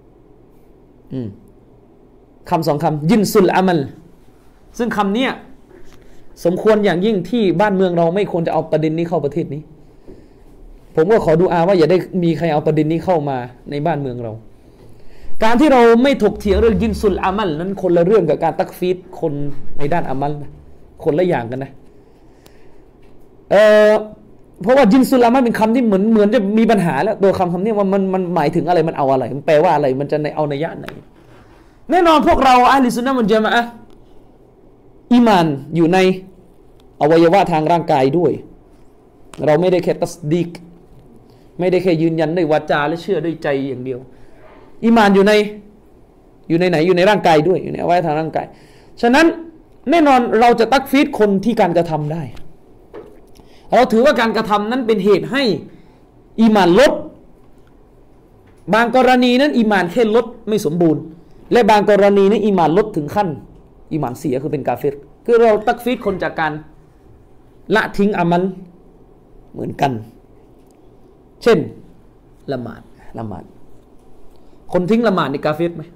คำสองคำยินซุลอามัลซึ่งคำนี้สมควรอย่างยิ่งที่บ้านเมืองเราไม่ควรจะเอาประเด็นนี้เข้าประเทศนี้ผมก็ขอดุอาว่าอย่าได้มีใครเอาประเด็นนี้เข้ามาในบ้านเมืองเราการที่เราไม่ถกเถียงเรื่องยินซุลอามัลนั้นคนละเรื่องกับการตักฟีดคนในด้านอามัลนะคนละอย่างกันนะเออเพราะว่ายินซุลอามัลเป็นคำที่เหมือนเหมือนจะมีปัญหาแล้วตัวคำคำนี้ว่ามันมันหมายถึงอะไรมันเอาอะไรมันแปลว่าอะไรมันจะในเอาในยะไหนแน่นอนพวกเราอะห์ลิสซุนนะฮ์วัลญะมาอะห์อีมานอยู่ในอวัยวะทางร่างกายด้วยเราไม่ได้แค่ตัสดีกไม่ได้แค่ยืนยันด้วยวาจาและเชื่อด้วยใจอย่างเดียวอีมานอยู่ในอยู่ในไหนอยู่ในร่างกายด้วยอยู่ในอวัยวะทางร่างกายฉะนั้นแน่นอนเราจะตักฟีดคนที่การกระทำได้เราถือว่าการกระทำนั้นเป็นเหตุให้อีมานลดบางกรณีนั้นอีมานแค่ลดไม่สมบูรณ์และบางกรณีนั้นอีมานลดถึงขั้นอีมานเสียคือเป็นกาเฟรคือเราตักฟีดคนจากการละทิ้งอามัลเหมือนกันเช่นละหมาดละหมาดคนทิ้งละหมาดในกาเฟรไหม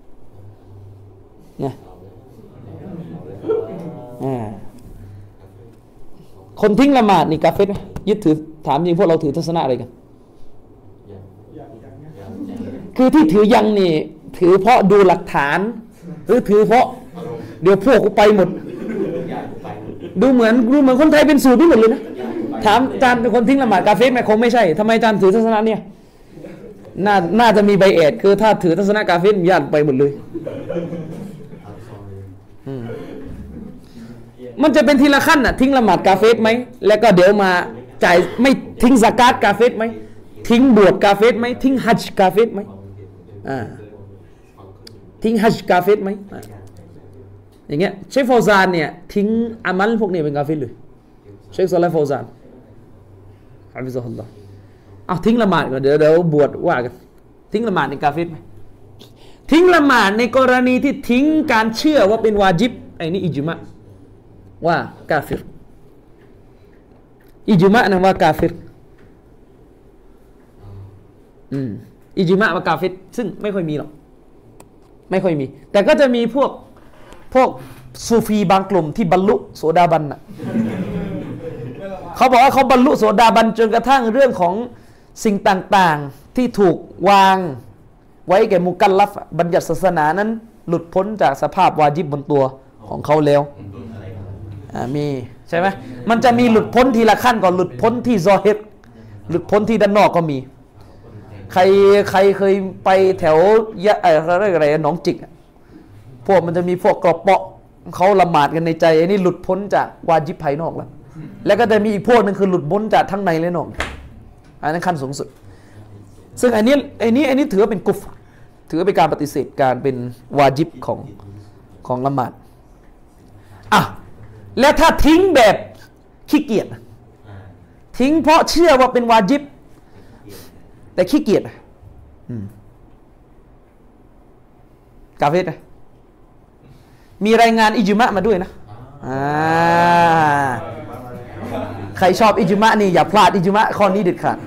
เนี่ยคนทิ้งละหมาดนี่กาเฟรไหมยึดถือถามจริงพวกเราถือทัศนะอะไรกันคือที่ถือยังนี่ถือเพราะดูหลักฐานหรือถือเพราะเดี๋ยวพวกกูไปหมดดูเหมือนดูเหมือนคนไทยเป็นสูตรนี่หมดเลยนะถามอาจารย์เป็นคนทิ้งละหมาดกาเฟรไหมคงไม่ใช่ทำไมอาจารย์ถือทัศนะเนี่ยน่าน่าจะมีใบเอดคือถ้าถือทัศนะกาเฟรญาติไปหมดเลยมันจะเป็นทีละขั้นน่ะทิ้งละหมาดกาเฟรไหมแล้วก็เดี๋ยวมาจ่ายไม่ทิ้งซะกาตกาเฟรไหมทิ้งบวชกาเฟรไหมทิ้งฮัจญ์กาเฟรไหมอ่าททิ้งฮัจญ์กาเฟรไหมอย่างเงี้ยเชคฟาวซานเนี่ยทิ้งอามัลพวกนี้เป็นกาเฟรเลยเชคซอลาห์ฟาวซานฮะฟิซะฮุลลอฮ์เอาทิ้งละหมาดก่อนเดี๋ยวเดี๋ยวบวชว่ากันทิ้งละหมาดในกาเฟรไหมทิ้งละหมาดในกรณีที่ทิ้งการเชื่อว่าเป็นวาญิบไอ้นี่อิจมะว่ากาเฟรอิจมะนะว่ากาเฟรอืมอิจมะว่ากาเฟรซึ่งไม่ค่อยมีหรอกไม่ค่อยมีแต่ก็จะมีพวกพวกซูฟีบางกลุ่มที่บรรลุโสดาบันน่ะเขาบอกว่าเขาบรรลุโสดาบันจนกระทั่งเรื่องของสิ่งต่างๆที่ถูกวางไว้แก่มุกัลลัฟบัญญัติศาสนานั้นหลุดพ้นจากสภาพวาญิบบนตัวของเขาแล้วอ่ามีใช่ไหมมันจะมีหลุดพ้นทีละขั้นก่อนหลุดพ้นที่ซอฮิรหลุดพ้นที่ด้านนอกก็มีใครใครเคยไปแถวยะอะไรอะไรหนองจิกพวกมันจะมีพวกกระเปาะเขาละหมาดกันในใจไอ้นี่หลุดพ้นจากวาญิบภายนอกแล้วแล้วก็จะมีอีกพวกนึงคือหลุดพ้นจากทั้งในและนอกอันนั้นขั้นสูงสุดซึ่งอันนี้ไอ้นี้ไอ้นี้ถือว่าเป็นกุฟรถือว่าเป็นการปฏิเสธการเป็นวาญิบของของละหมาดอ่ะแล้วถ้าทิ้งแบบขี้เกียจทิ้งเพราะเชื่อว่าเป็นวาญิบแต่ขี้เกียจกาเฟรนะมีรายงานอิจมะมาด้วยนะใครชอบอิจมะนี่อย่าพลาดอิจมะข้อนี้เด็ดขาด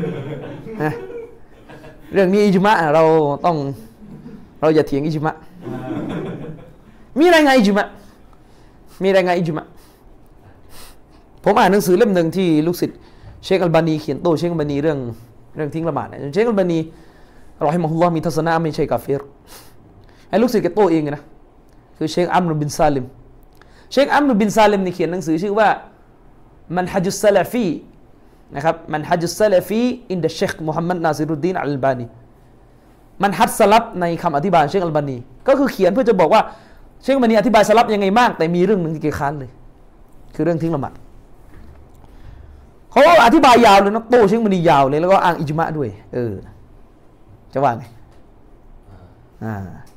เรื่องนี้อิจมะเราต้องเราอย่าเถียงอิจมะมีรายงานอิจมะมีรายงานอิจมะผมอ่านหนังสือเล่มหนึ่งที่ลูกศิษย์เชคอัลบานีเขียนโต้เชคอัลบานีเรื่องเรื่องทิ้งละหมาดเชคอัลบานีรอฮิมะฮุลลอฮ์มีทัศนะไม่ใช่กาเฟรให้ลูกศิษย์แกโต้เองนะคือเชคอัมรุบินซาลิมเชคอัมรุบินซาลิมนี่เขียนหนังสือชื่อว่ามันฮัจุสซะลาฟีนะครับมันฮัจุสซะลาฟีอินเดเชคมุฮัมมัดนาซิรุดดีนอัลบานีมันฮัดสลับในคำอธิบายเชคอัลบานีก็คือเขียนเพื่อจะบอกว่าเชคอัลบานีอธิบายสลับยังไงบ้างแต่มีเรื่องหนึ่งที่เกี่ยวข้องเลยคือเรื่องทิ้งละหมาดเขาอธิบายยาวเลยนะโต้เชคอัลบานียาวเลยแล้วก็อ้างอิจมะด้วยเออจะว่าไงอ่า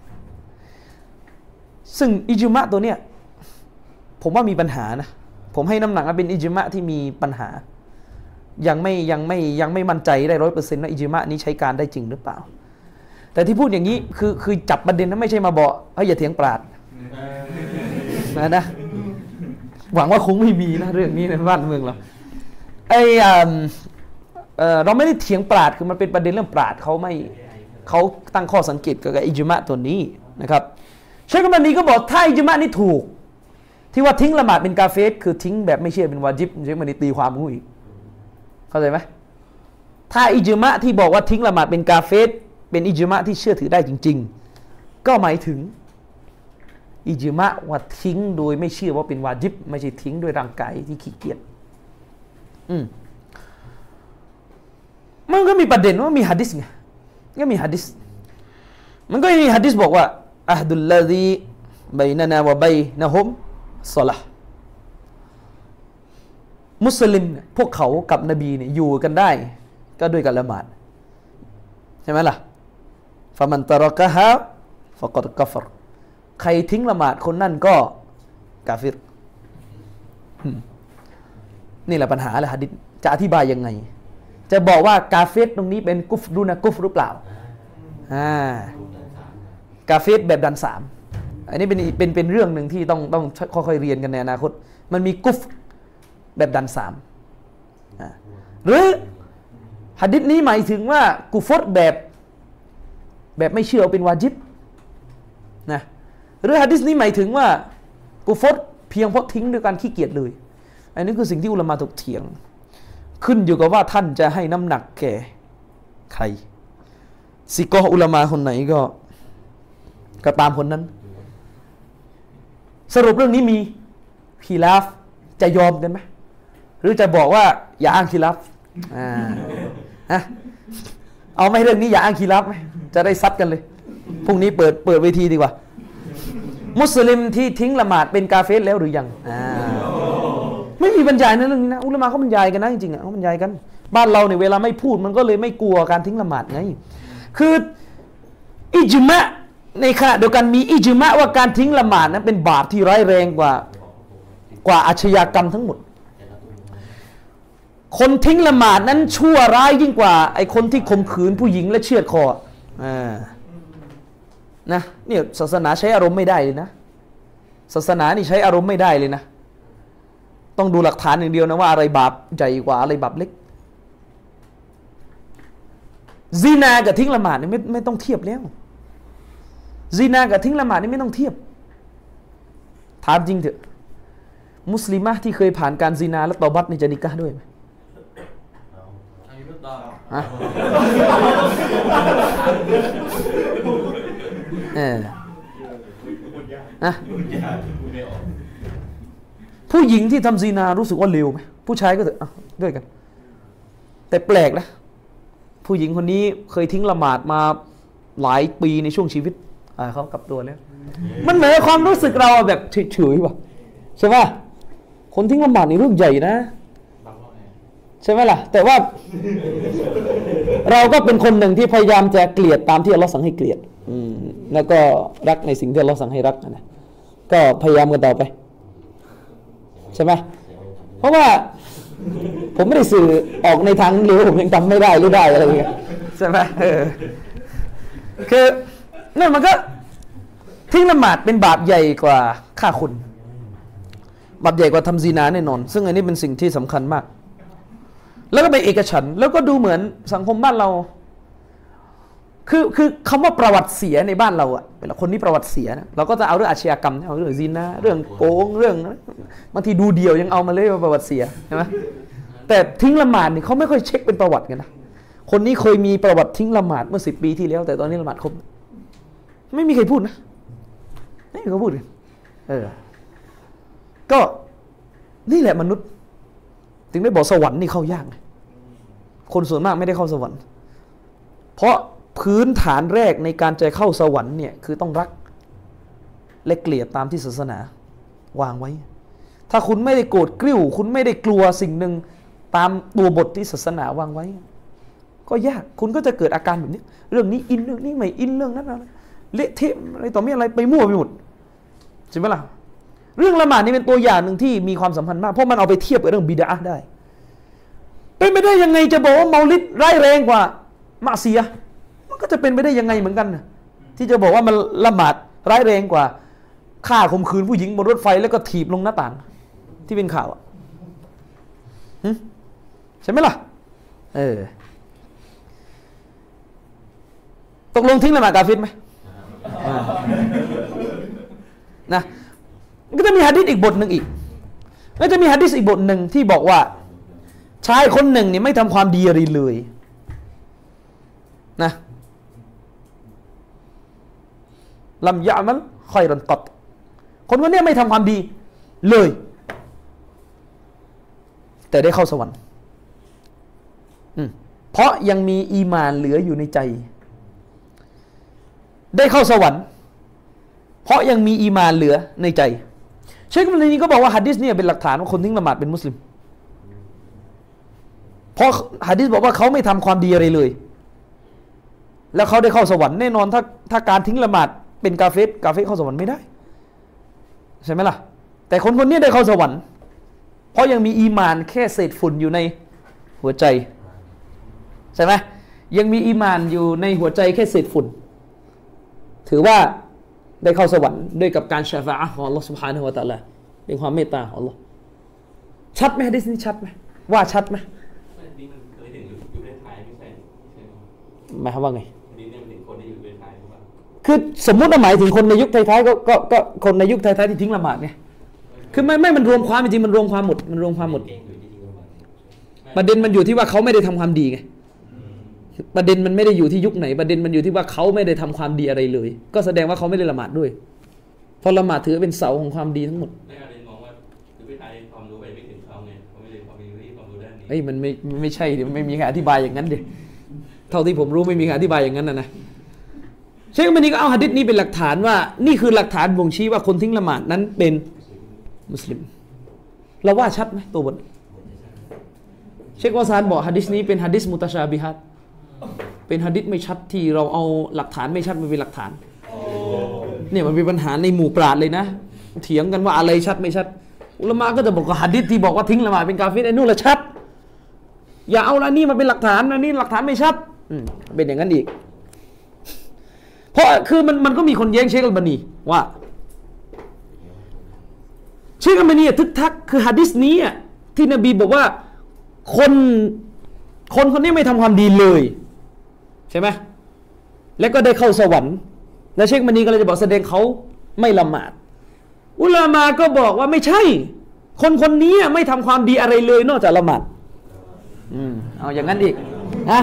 ซึ่งอิจมะตัวเนี้ยผมว่ามีปัญหานะผมให้น้ำหนักว่าเป็นอิจมะที่มีปัญหายังไม่ยังไม่ยังไม่มั่นใจได้ร้อยเปอร์เซ็นต์ว่าอิจมะนี้ใช้การได้จริงหรือเปล่าแต่ที่พูดอย่างนี้คือคือจับประเด็นนั้นไม่ใช่มาบอกเฮ้ยอย่าเถียงปราชญ์นะนะหวังว่าคงไม่มีนะเรื่องนี้ในบ้านเมืองเราไอเอ่อเราไม่ได้เถียงปราชญ์คือมันเป็นประเด็นเรื่องปราชญ์เขาไม่เขาตั้งข้อสังเกตกับอิจมะตัวนี้นะครับเชคอัลบานีก็บอกถ้าอิจมะนี่ถูกที่ว่าทิ้งละหมาดเป็นกาเฟรคือทิ้งแบบไม่เชื่อเป็นวาญิบเชคอัลบานีตีความงูอีกเข้าใจไหมถ้าอิจมะที่บอกว่าทิ้งละหมาดเป็นกาเฟรเป็นอิจมะที่เชื่อถือได้จริงๆก็หมายถึงอิจมะว่าทิ้งโดยไม่เชื่อว่าเป็นวาญิบไม่ใช่ทิ้งโดยร่างกายที่ขี้เกียจอืมมันก็มีประเด็นว่ามีหะดีษไงก็มีหะดีษมันก็มีหะดีษบอกว่าอะฮดุลลซีบัยนะนาวะบัยนะฮุมศอลาห์มุสลิมพวกเขากับนบีเนี่ยอยู่กันได้ก็ด้วยการละหมาดใช่ไหมล่ะฟะมันตะรอกะฮาฟะกอดกัฟรใครทิ้งละหมาดคนนั่นก็กาฟิรนี่แหละปัญหาแหละหะดีษจะอธิบายยังไงจะบอกว่ากาเฟรตรงนี้เป็นกุฟรุนะกุฟหรือเปล่าอ่ากาเฟรแบบดันสามอันนี้เป็นเป็นเป็นเรื่องหนึ่งที่ต้องต้องค่อยๆเรียนกันในอนาคตมันมีกุฟแบบดันสามหรือหะดีษนี้หมายถึงว่ากุฟรแบบแบบไม่เชื่อเป็นวาญิบนะหรือหะดีษนี้หมายถึงว่ากุฟรเพียงเพราะทิ้งด้วยการขี้เกียจเลยอันนี้คือสิ่งที่อุลามะถกเถียงขึ้นอยู่กับว่าท่านจะให้น้ำหนักแก่ใครซิกอฮ์อุลามะคนไหนก็ก็ตามคนนั้นสรุปเรื่องนี้มีคีลาฟจะยอมกันไหมหรือจะบอกว่าอย่าอ้างคีลาฟอ่าฮะเอาไหมเรื่องนี้อย่าอ้างคีลาฟไหมจะได้ซัดกันเลยพรุ่งนี้เปิดเปิดเวทีดีกว่ามุสลิมที่ทิ้งละหมาดเป็นกาเฟรแล้วหรือยังอ่าไม่มีบรรยายนะเรื่องนี้นะอุลามะเขาบรรยายกันนะจริงๆอ่ะเขาบรรยายกันบ้านเราเนี่ยเวลาไม่พูดมันก็เลยไม่กลัวการทิ้งละหมาดไงคืออิจมะในขณะเดียวกันมีอิจมะว่าการทิ้งละหมาดนั้นเป็นบาปที่ร้ายแรงกว่ากว่าอาชญากรรมทั้งหมดคนทิ้งละหมาดนั้นชั่วร้ายยิ่งกว่าไอ้คนที่ข่มขืนผู้หญิงและเชือดคออ่านะเนี่ยศาสนาใช้อารมณ์ไม่ได้เลยนะศาสนานี่ใช้อารมณ์ไม่ได้เลยนะต้องดูหลักฐานอย่างเดียวนะว่าอะไรบาปใหญ่กว่าอะไรบาปเล็กซีนากับทิ้งละหมาดนี่ไม่ไม่ต้องเทียบแล้วซีนากับทิ้งละหมาดนี่ไม่ต้องเทียบถามจริงเถอะมุสลิมะที่เคยผ่านการซีนาและตอบัตนี่จะนิกะห์ด้วยไหมฮะเออนะผู้หญิงที่ทำซีนารู้สึกว่าเลวไหมผู้ชายก็เถอะอ่ะด้วยกันแต่แปลกนะผู้หญิงคนนี้เคยทิ้งละหมาดมาหลายปีในช่วงชีวิตอ่าเขากลับตัวแล้วมันเหมือนความรู้สึกเราแบบเฉยๆว่ะใช่ไหมคนทิ้งละหมาดนี่เรื่องใหญ่นะใช่ไหมล่ะแต่ว่าเราก็เป็นคนหนึ่งที่พยายามจะเกลียดตามที่อัลเลาะห์สั่งให้เกลียดอืมแล้วก็รักในสิ่งที่อัลเลาะห์สั่งให้รักนะก็พยายามกันต่อไปใช่ไหมเพราะว่าผมไม่ได้สื่อออกในทางเร็วผมยังจำไม่ได้หรือได้อะไรอย่างเงี้ยใช่ไหมเออคือนั่นมันก็ทิ้งละหมาดเป็นบาปใหญ่กว่าฆ่าคนบาปใหญ่กว่าทำซีนาแน่นอนซึ่งอันนี้เป็นสิ่งที่สำคัญมากแล้วก็เป็นเอกฉันท์แล้วก็ดูเหมือนสังคมบ้านเราคือคือคำว่าประวัติเสียในบ้านเราอะเวลาคนที่ประวัติเสียนะเราก็จะเอาเรื่องอาชญากรรมเอาเรื่องซีนาเรื่องโกงเรื่องบางทีดูเดียวยังเอามาเลยว่าประวัติเสียใช่ไหมแต่ทิ้งละหมาดนี่เขาไม่ค่อยเช็คเป็นประวัติกันนะคนนี้เคยมีประวัติทิ้งละหมาดเมื่อสิบปีที่แล้วแต่ตอนนี้ละหมาดครบไม่มีใครพูดนะไม่มีใครพูดเลยเออก็นี่แหละมนุษย์ถึงได้บอกสวรรค์นี่เข้ายากคนส่วนมากไม่ได้เข้าสวรรค์เพราะพื้นฐานแรกในการจะเข้าสวรรค์เนี่ยคือต้องรักและเกลียดตามที่ศาสนาวางไว้ถ้าคุณไม่ได้โกรธกริ้วคุณไม่ได้กลัวสิ่งหนึ่งตามตัวบทที่ศาสนาวางไว้ก็ยากคุณก็จะเกิดอาการแบบนี้เรื่องนี้อินเรื่องนี้ไม่อินเรื่องนั้นอะไรเละเทะอะไรต่อไม่อะไรไปมั่วไปหมดใช่ไหมล่ะเรื่องละหมาดนี่เป็นตัวอย่างหนึ่งที่มีความสัมพันธ์มากเพราะมันเอาไปเทียบกับเรื่องบิดาอะห์ได้เป็นไปได้ยังไงจะบอกว่าเมาลิดร้ายแรงกว่ามะเสียมันก็จะเป็นไปได้ยังไงเหมือนกันนะที่จะบอกว่ามันละหมาดร้ายแรงกว่าฆ่าข่มขืนผู้หญิงบนรถไฟแล้วก็ถีบลงหน้าต่างที่เป็นข่าวอ่ะใช่ไหมล่ะเออตกลงทิ้งละหมาดกาเฟรไหมนะก็จะมีหะดีษอีกบทหนึ่งอีกก็จะมีหะดีษอีกบทหนึ่งที่บอกว่าชายคนหนึ่งเนี่ยไม่ทำความดีอะไรเลยนะลัมยะมัลค็อยรันกัตคนคนนี้ไม่ทำความดีเลยแต่ได้เข้าสวรรค์เพราะยังมีอีมานเหลืออยู่ในใจได้เข้าสวรรค์เพราะยังมีอีมานเหลือในใจเชคมุลนีก็บอกว่าหะดีษเนี่ยเป็นหลักฐานว่าคนทิ้งละหมาดเป็นมุสลิมเพราะหะดีษบอกว่าเขาไม่ทำความดีอะไรเลยแล้วเขาได้เข้าสวรรค์แน่นอนถ้าถ้าการทิ้งละหมาดเป็นกาเฟรกาเฟรเข้าสวรรค์ไม่ได้ใช่ไหมล่ะแต่คนคนนี้ได้เข้าสวรรค์เพราะยังมีอีมานแค่เศษฝุ่นอยู่ในหัวใจใช่ไหมยังมีอีมานอยู่ในหัวใจแค่เศษฝุ่นถือว่าได้เข้าสวรรค์ด้วยกับการชาฟะอะห์ของอัลเลาะห์ซุบฮานะฮูวะตะอาลาเป็นความเมตตาของอัลเลาะห์ชัดไหมหะดีษนี้ชัดไหมว่าชัดไหมนี่มันเคยถึงอยู่ในท้ายไม่ใช่ใช่ไหมหมายความว่าไงนี่เนี่ยมันถึงคนที่อยู่ในท้ายหรือเปล่าคือสมมุติว่าหมายถึงคนในยุคท้ายๆก็ก็ก็คนในยุคท้ายๆที่ทิ้งละหมาดไงคือไม่ไม่มันรวมความจริงมันรวมความหมดมันรวมความหมดประเด็นมันอยู่ที่ว่าเขาไม่ได้ทำความดีไงประเด็นมันไม่ได้อยู่ที่ยุคไหนประเด็นมันอยู่ที่ว่าเขาไม่ได้ทำความดีอะไรเลยก็แสดงว่าเขาไม่ได้ละหมาดด้วยเพราะละหมาดถือเป็นเสาของความดีทั้งหมดไม่อาจจะมองว่าคือไม่ทายความรู้ไปไม่ถึงเขาไงเขาไม่ได้ความรู้ที่ความรู้ด้านนี้เอ้ยมันไม่ไม่ใช่ดิไม่มีใครอธิบายอย่างนั้นดิเท่าที่ผมรู้ไม่มีใครอธิบายอย่างนั้นนะนะเชคมันนี่ก็เอาหะดีษนี้เป็นหลักฐานว่านี่คือหลักฐานบ่งชี้ว่าคนทิ้งละหมาดนั้นเป็นมุสลิมเราว่าชัดไหมตัวบทเชควาซานบอกหะดีษนี้เป็นหะดีษมุตะชาบิฮัตเป็นหะดีษไม่ชัดที่เราเอาหลักฐานไม่ชัดมาเป็นหลักฐานเนี่ยมันเป็นปัญหาในหมู่ปราชญ์เลยนะเถียงกันว่าอะไรชัดไม่ชัดอุลามะก็จะบอกว่าหะดีษที่บอกว่าทิ้งละหมาดเป็นกาเฟรไอ้นู่นละชัดอย่าเอาละนี่มันเป็นหลักฐานนะนี่หลักฐานไม่ชัดเป็นอย่างนั้นอีกเพราะคือมันมันก็มีคนแย้งเชคอัลบานีว่าเชคอัลบานีทึกทักคือหะดีษนี้ที่นบีบอกว่าคนคนคนนี้ไม่ทำความดีเลยใช่ไหมแล้วก็ได้เข้าสวรรค์แล้วเชคอัลบานีก็เลยจะบอกแสดงเขาไม่ละหมาดอุลามะก็บอกว่าไม่ใช่คนคนนี้ไม่ทำความดีอะไรเลยนอกจากละหมาดอืมเอาอย่างนั้นอีกนะ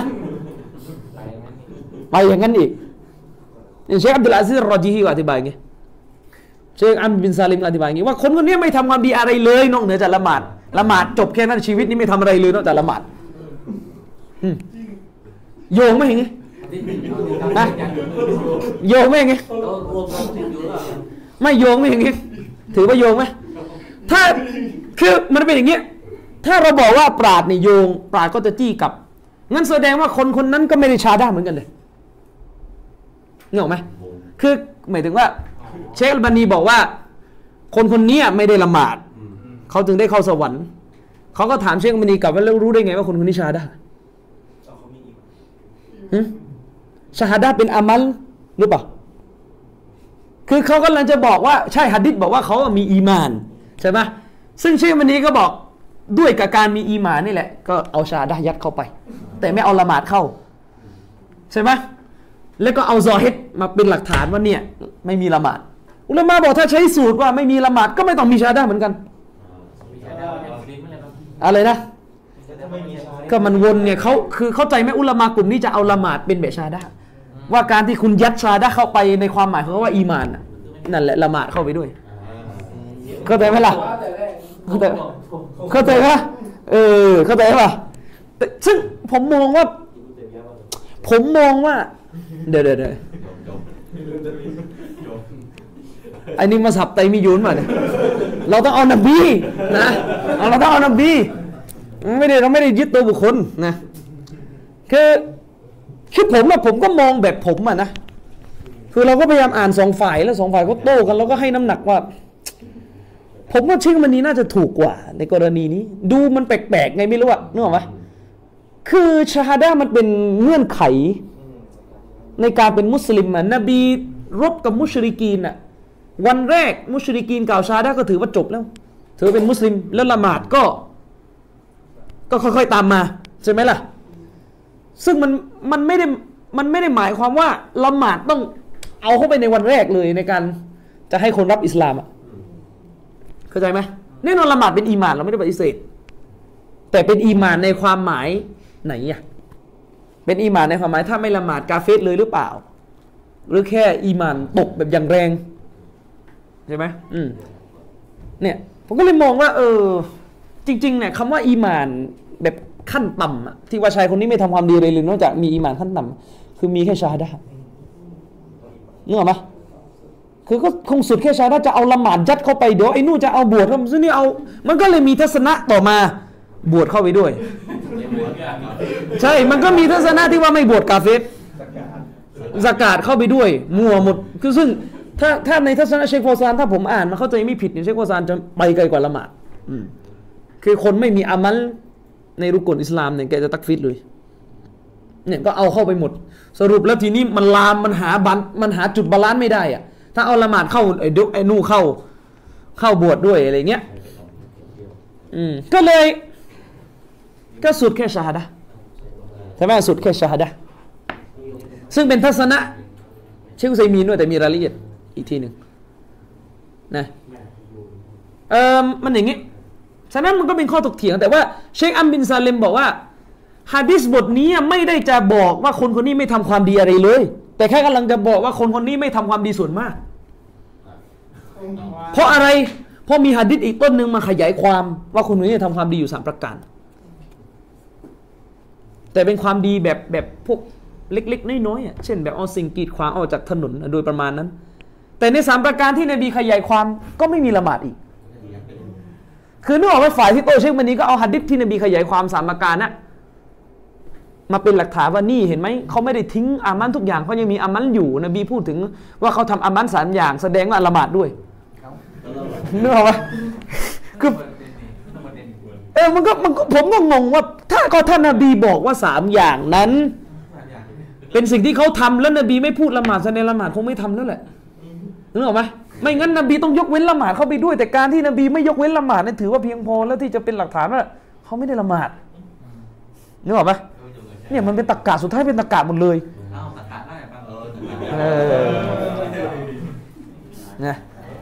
ไปอย่างนั้นอีกเชคอับดุลอาซิซรอจีฮีอธิบายไงเชคอัมบินซาลิมอธิบายไงว่าคนคนนี้ไม่ทำความดีอะไรเลยนอกเหนือจากละหมาดละหมาดจบแค่นั้นชีวิตนี้ไม่ทำอะไรเลยนอกจากละหมาดโยงไหมไงนะโยงไหมไงไม่โยงไหมอย่างงี้ถือว่าโยงไหมถ้าคือมันเป็นอย่างเงี้ยถ้าเราบอกว่าปราดเนี่ยโยงปราดก็จะจี้กลับงั้นแสดงว่าคนคนนั้นก็ไม่ได้ชาด้าเหมือนกันเลยเงาไหมคือหมายถึงว่าเชคอัลบานีบอกว่าคนคนนี้ไม่ได้ละหมาดเขาจึงได้เข้าสวรรค์เขาก็ถามเชคอัลบานีกลับว่าแล้วรู้ได้ไงว่าคนคนนี้ชาด้าชาด้าเป็นอามัลหรือเปล่าคือเขากำลังจะบอกว่าใช่หะดีษบอกว่าเขามีอีมานใช่ไหมซึ่งเชคอัลบานีก็บอกด้วยกับการมีอีมานนี่แหละก็เอาชาด้ายัดเข้าไปแต่ไม่เอาละหมาดเข้าใช่ไหมแล้วก็เอาซอฮิดมาเป็นหลักฐานว่าเนี่ยไม่มีละหมาดอุลามะบอกถ้าใช้สูตรว่าไม่มีละหมาดก็ไม่ต้องมีชาด้าเหมือนกันอะไรนะก็มันวนเนี่ยเขาคือเข้าใจไหมอุลามะกลุ่มนี้จะเอาละหมาดเป็นแบบชาด้าว่าการที่คุณยัดชาด้าเข้าไปในความหมายของว่าอีมานนั่นแหละละหมาดเข้าไปด้วยเข้าใจไหมล่ะเข้าใจเข้าใจไหมเออเข้าใจป่ะซึ่งผมมองว่าผมมองว่าเดี๋ยวเดี๋ยวเดี๋ยวไอ้นี่มาสับไตมียุนมาเนี่ยเราต้องเอานบีนะเราต้องเอานบีไม่ได้เราไม่ได้ยึดตัวบุคคลนะคือคือผมอะผมก็มองแบบผมอะนะคือเราก็พยายามอ่านสองฝ่ายแล้วสองฝ่ายก็โต้กันแล้วก็ให้น้ำหนักว่าผมว่าเชคมันนี้น่าจะถูกกว่าในกรณีนี้ดูมันแปลกๆไงไม่รู้อะนึกออกไหมคือชาฮาดะมันเป็นเงื่อนไขในการเป็นมุสลิมอะนบีรบกับมุชริกีนอะวันแรกมุชริกีนกล่าวชาฮาดะก็ถือว่าจบแล้วถือเป็นมุสลิมแล้วละหมาดก็ก็ค่อยๆตามมาใช่ไหมล่ะซึ่งมันมันไม่ได้มันไม่ได้หมายความว่าละหมาดต้องเอาเข้าไปในวันแรกเลยในการจะให้คนรับอิสลามอะเข้าใจไหมแน่นอนละหมาดเป็นอีหม่านเราไม่ได้ปฏิเสธแต่เป็นอีหม่านในความหมายไหนอะเป็นอีหม่านในความหมายถ้าไม่ละหมาดกาเฟรเลยหรือเปล่าหรือแค่อีหม่านตกแบบอย่างแรงใช่ไหมอืมเนี่ยผมก็เลยมองว่าเออจริงๆเนี่ยคำว่าอีหม่านแบบขั้นต่ำอะที่ว่าชายคนนี้ไม่ทำความดีเลยเลยนอกจากมีอีหม่านขั้นต่ำคือมีแค่ชาฮาดะห์นึกออกไหมคือก็คงสุดแค่ชาฮาดะห์จะเอาละหมาดยัดเข้าไปเดี๋ยวไอ้นู่นจะเอาบวชแล้วซึ่งนี่เอามันก็เลยมีทัศนะต่อมาบวชเข้าไปด้วยใช่มันก็มีทัศนะที่ว่าไม่บวชกาเฟรซะกาตเข้าไปด้วยมั่วหมดคือซึ่งถ้าถ้าในทัศนะเชคฟอซานถ้าผมอ่านมันเข้าใจไม่ผิดเนี่ยเชคฟอซานจะไปไกลกว่าละหมาดคือคนไม่มีอามัลในรุกลอิสลามเนี่ยแกจะตักฟิรเลยเนี่ยก็เอาเข้าไปหมดสรุปแล้วทีนี้มันลามมันหาบันมันหาจุดบาลานซ์ไม่ได้อะถ้าเอาละหมาดเข้าไอ้ดุไอ้นู่เข้าเข้าบวชด้วยอะไรเงี้ยอืมก็เลยก็สุดแค่ชาฮาดะห์ใช่ไหมสุดแค่ชาฮาดะห์ซึ่งเป็นทัศนะเชคอุซัยมีนด้วยแต่มีรายละเอียดอีกทีหนึ่งนะเออมันอย่างงี้ฉะนั้นมันก็เป็นข้อถกเถียงแต่ว่าเชคอัมบินซาเลมบอกว่าหะดีษบทนี้ไม่ได้จะบอกว่าคนคนนี้ไม่ทำความดีอะไรเลยแต่แค่กำลังจะบอกว่าคนคนนี้ไม่ทำความดีส่วนมากเพราะอะไรเพราะมีหะดีษอีกต้นหนึ่งมาขยายความว่าคนคนนี้ทำความดีอยู่สามประการแต่เป็นความดีแบบแบบพวกเล็กๆน้อยๆอ่ะเช่นแบบเอาสิ่งกีดขวางออกจากถนนโดยประมาณนั้นแต่ในสามประการที่นบีขยายความก็ไม่มีละหมาดอีกคือนึกออกว่าฝ่ายที่โตเชคมันนี้ก็เอาหะดีษที่นบีขยายความสามประการนะมาเป็นหลักฐานว่านี่เห็นไหมเขาไม่ได้ทิ้งอามันทุกอย่างเขายังมีอามันอยู่นบีพูดถึงว่าเขาทำอามันสามอย่างแสดงว่าละหมาดด้วยนึกออกปะคือเออมันก็มันก็ผมก็งงว่าถ้าก็ท่านนบีบอกว่าสามอย่างนั้น เป็นสิ่งที่เขาทำแล้วนบีไม่พูดละหมาดแสดงละหมาดคงไม่ทำแล้วแหละนึกออกไหมไม่งั้นนบีต้องยกเว้นละหมาดเข้าไปด้วยแต่การที่นบีไม่ยกเว้นละหมาดนั่นถือว่าเพียงพอแล้วที่จะเป็นหลักฐานว่าเขาไม่ได้ละหมาดนึกออกไหมเนี่ยมันเป็นตรรกะสุดท้ายเป็นตรรกะหมดเลยเอาตรรกะได้ป่ะเออนะ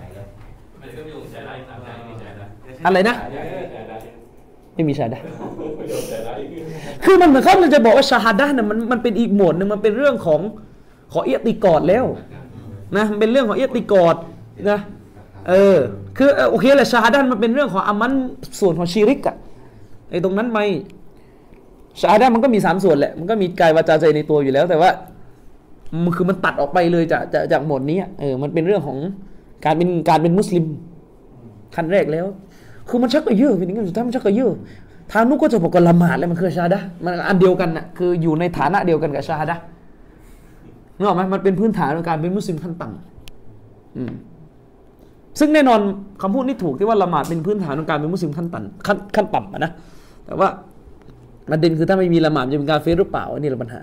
อะไรนะไม่มีชาดะคือมันเหมือนเขาจะบอกว่าชาฮาดะเนี่ยมันมันเป็นอีกโหมดหนึ่งมันเป็นเรื่องของขอเอียติกอดแล้วนะมันเป็นเรื่องของเอียติกอดนะเออคือโอเคแหละชาฮาดะมันเป็นเรื่องของอามันส่วนของชีริกอะไอ้ตรงนั้นไม่ชาฮาดะมันก็มีสามส่วนแหละมันก็มีกายวาจาใจในตัวอยู่แล้วแต่ว่ามันคือมันตัดออกไปเลยจากจากจากโหมดนี้เออมันเป็นเรื่องของการเป็นการเป็นมุสลิมขั้นแรกแล้วคือมันชักกระเยอะเป็นอย่างนั้นสุดท้ายมันชักกระเยอะทางนู้นก็จะบอกว่าละหมาดแล้วมันคือชาฮาดะมันอันเดียวกันน่ะคืออยู่ในฐานะเดียวกันกับชาฮาดะนึกออกไหมมันเป็นพื้นฐานของการเป็นมุสลิมขั้นต่ำอืมซึ่งแน่นอนคำพูดนี้ถูกที่ว่าละหมาดเป็นพื้นฐานของการเป็นมุสลิมขั้นต่ำขั้นขั้นต่ำนะแต่ว่าประเด็นคือถ้าไม่มีละหมาดจะเป็นกาเฟรหรือเปล่าอันนี้แหละปัญหา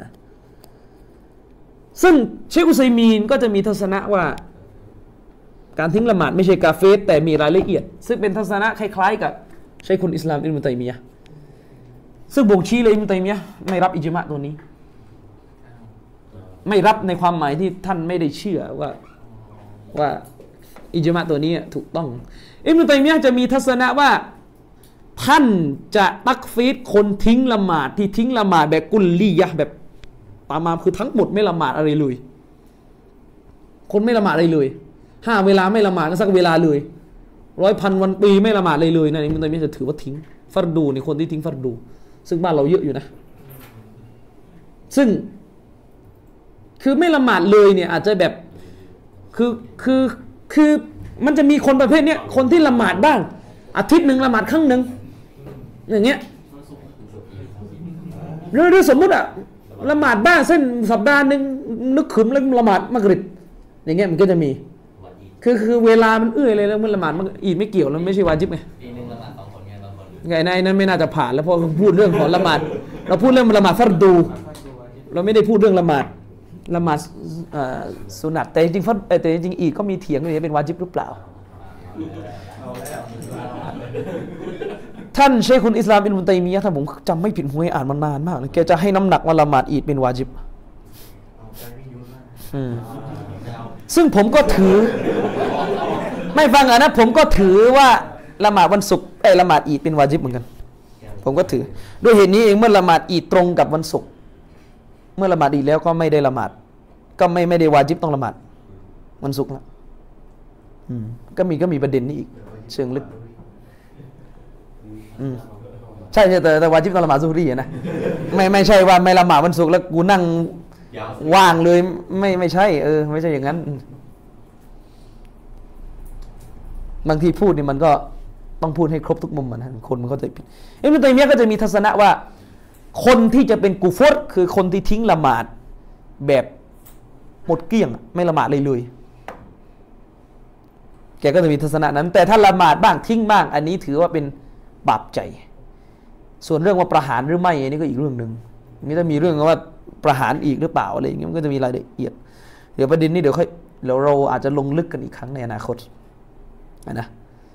ซึ่งเชคอุซัยมีนก็จะมีทัศนะว่าการทิ้งละหมาดไม่ใช่กาเฟรแต่มีรายละเอียดซึ่งเป็นทัศนะคล้ายๆกับชัยคุลอิสลามอิบนุตัยมียะห์ซึ่งบ่งชี้เลยอิบนุตัยมียะห์ไม่รับอิจมะตัวนี้ไม่รับในความหมายที่ท่านไม่ได้เชื่อว่าว่าอิจมะตัวนี้ถูกต้องอิบนุตัยมียะห์จะมีทัศนะว่าท่านจะตักฟีดคนทิ้งละหมาดที่ทิ้งละหมาดแบบกุลลียะห์แบบตามมาคือทั้งหมดไม่ละหมาดอะไรเลยคนไม่ละหมาดอะไรเลยห้าเวลาไม่ละหมาดสักเวลาเลยร้อยพันวันปีไม่ละหมาดเลยเลยนะอิบนุตัยมียะห์จะถือว่าทิ้งฟัรดูในคนที่ทิ้งฟัรดูซึ่งบ้านเราเยอะอยู่นะซึ่งคือไม่ละหมาดเลยเนี่ยอาจจะแบบคือคือคือมันจะมีคนประเภทเนี้ยคนที่ละหมาดบ้างอาทิตย์หนึ่งละหมาดครั้งหนึ่งอย่างเงี้ยหรือหรือสมมุติอะละหมาดบ้างเส้นสัปดาห์หนึ่งนึกขึมแล้วละหมาดมักริบอย่างเงี้ยมันก็จะมีคือคือเวลามันเอื้อยเลยแล้วมันละหมาดมันอีดไม่เกี่ยวแล้วไม่ใช่วาญิบไงปีนึงละหมาดสองคนไงบางคนไงในนั้นไม่น่าจะผ่านแล้วเพราะพูดเรื่องของละหมาดเราพูดเรื่องละหมาดฟัรดูเราไม่ได้พูดเรื่องละหมาดละหมาดสุนัตแต่จริงๆแต่จริงๆอีกก็มีเถียงอยู่เป็นวาญิบหรือเปล่าท่านเชคอุลอิสลามอิบนุตัยมียะห์ถ้าผมจำไม่ผิดหวยอ่านมานานมากเลยแกจะให้น้ำหนักว่าละหมาดอีดเป็นวาญิบซึ่งผมก็ถือไม่ฟังอ่ะนะผมก็ถือว่าละหมาดวันศุกร์ไอ้ละหมาดอีดเป็นวาญิบเหมือนกันผมก็ถือด้วยเหตุนี้เองเมื่อละหมาดอีดตรงกับวันศุกร์เมื่อละหมาดอีดแล้วก็ไม่ได้ละหมาดก็ไม่ไม่ได้วาญิบต้องละหมาดวันศุกร์แล้วก็มีก็มีประเด็นนี้อีกเชิงลึกใช่ใช่แต่แต่วาญิบต้องละหมาดซุฮรีนะไม่ไม่ใช่ว่าไม่ละหมาดวันศุกร์แล้วกูนั่งว่างเลยไม่ไม่ใช่เออไม่ใช่อย่างนั้นบางทีพูดนี่มันก็ต้องพูดให้ครบทุกมุมนะคนมันก็จะผิดอิบนุตัยมียะห์ก็จะมีทัศนะว่าคนที่จะเป็นกุฟรคือคนที่ทิ้งละหมาดแบบหมดเกลี้ยงไม่ละหมาดเลยเลยแกก็จะมีทัศนะนั้นแต่ถ้าละหมาดบ้างทิ้งบ้างอันนี้ถือว่าเป็นบาปใจส่วนเรื่องว่าประหารหรือไม่อันนี้ก็อีกเรื่องนึงนี่ถ้ามีเรื่องว่าประหารอีกหรือเปล่าอะไรอย่างเงี้ยมันก็จะมีรายละเอียดเดี๋ยวประเด็นนี้เดี๋ยวค่อยเดี๋ยวเราอาจจะลงลึกกันอีกครั้งในอนาคตนะ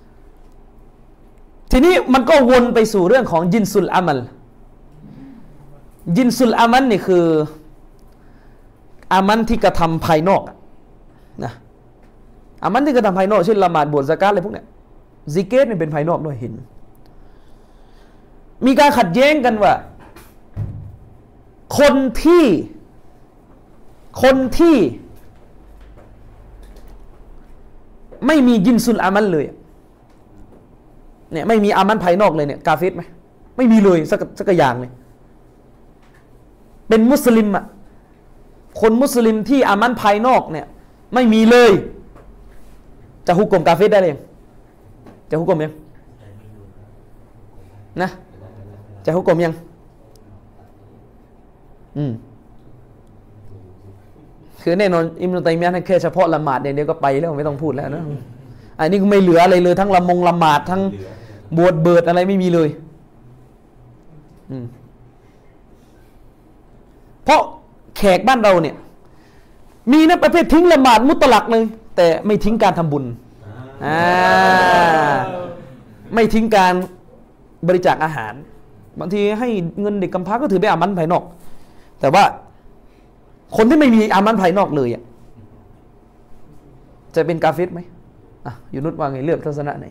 ทีนี้มันก็วนไปสู่เรื่องของยินซุลอามัลยินซุลอามัลนี่คืออามันที่กระทำภายนอกนะอามันที่กระทำภายนอกเช่นละหมาดบวชซะกาตอะไรพวกเนี้ยซิกเกตนี่เป็นภายนอกด้วยเห็นมีการขัดแย้งกันว่าคนที่คนที่ไม่มียินซุลอามัลเลยเนี่ยไม่มีอามันภายนอกเลยเนี่ยกาเฟรไหมไม่มีเลยสักสักอย่างเลยเป็นมุสลิมอ่ะคนมุสลิมที่อามันภายนอกเนี่ยไม่มีเลยจะฮุกกลมกาเฟรได้เลยจะฮุกกลมยังนะจะฮุกกลมยังอืมคือแน่นอนอิบนุตัยมียะห์แค่เฉพาะละหมาดอย่างเดียวก็ไปแล้วไม่ต้องพูดแล้วนะอันนี้ก็ไม่เหลืออะไรเลยทั้งละมงละหมาดทั้งบวชเบิดอะไรไม่มีเลยอืมเพราะแขกบ้านเราเนี่ยมีนะประเภททิ้งละหมาดมุตลักเลยแต่ไม่ทิ้งการทำบุญอ่าไม่ทิ้งการบริจาคอาหารบางทีให้เงินเด็กกำพร้าก็ถือเป็นอามันภายนอกแต่ว่าคนที่ไม่มีอามันภายนอกเลยอ่ะจะเป็นกาเฟรไหมอ่ะยูนุสว่าไงเลือกทัศนะไหน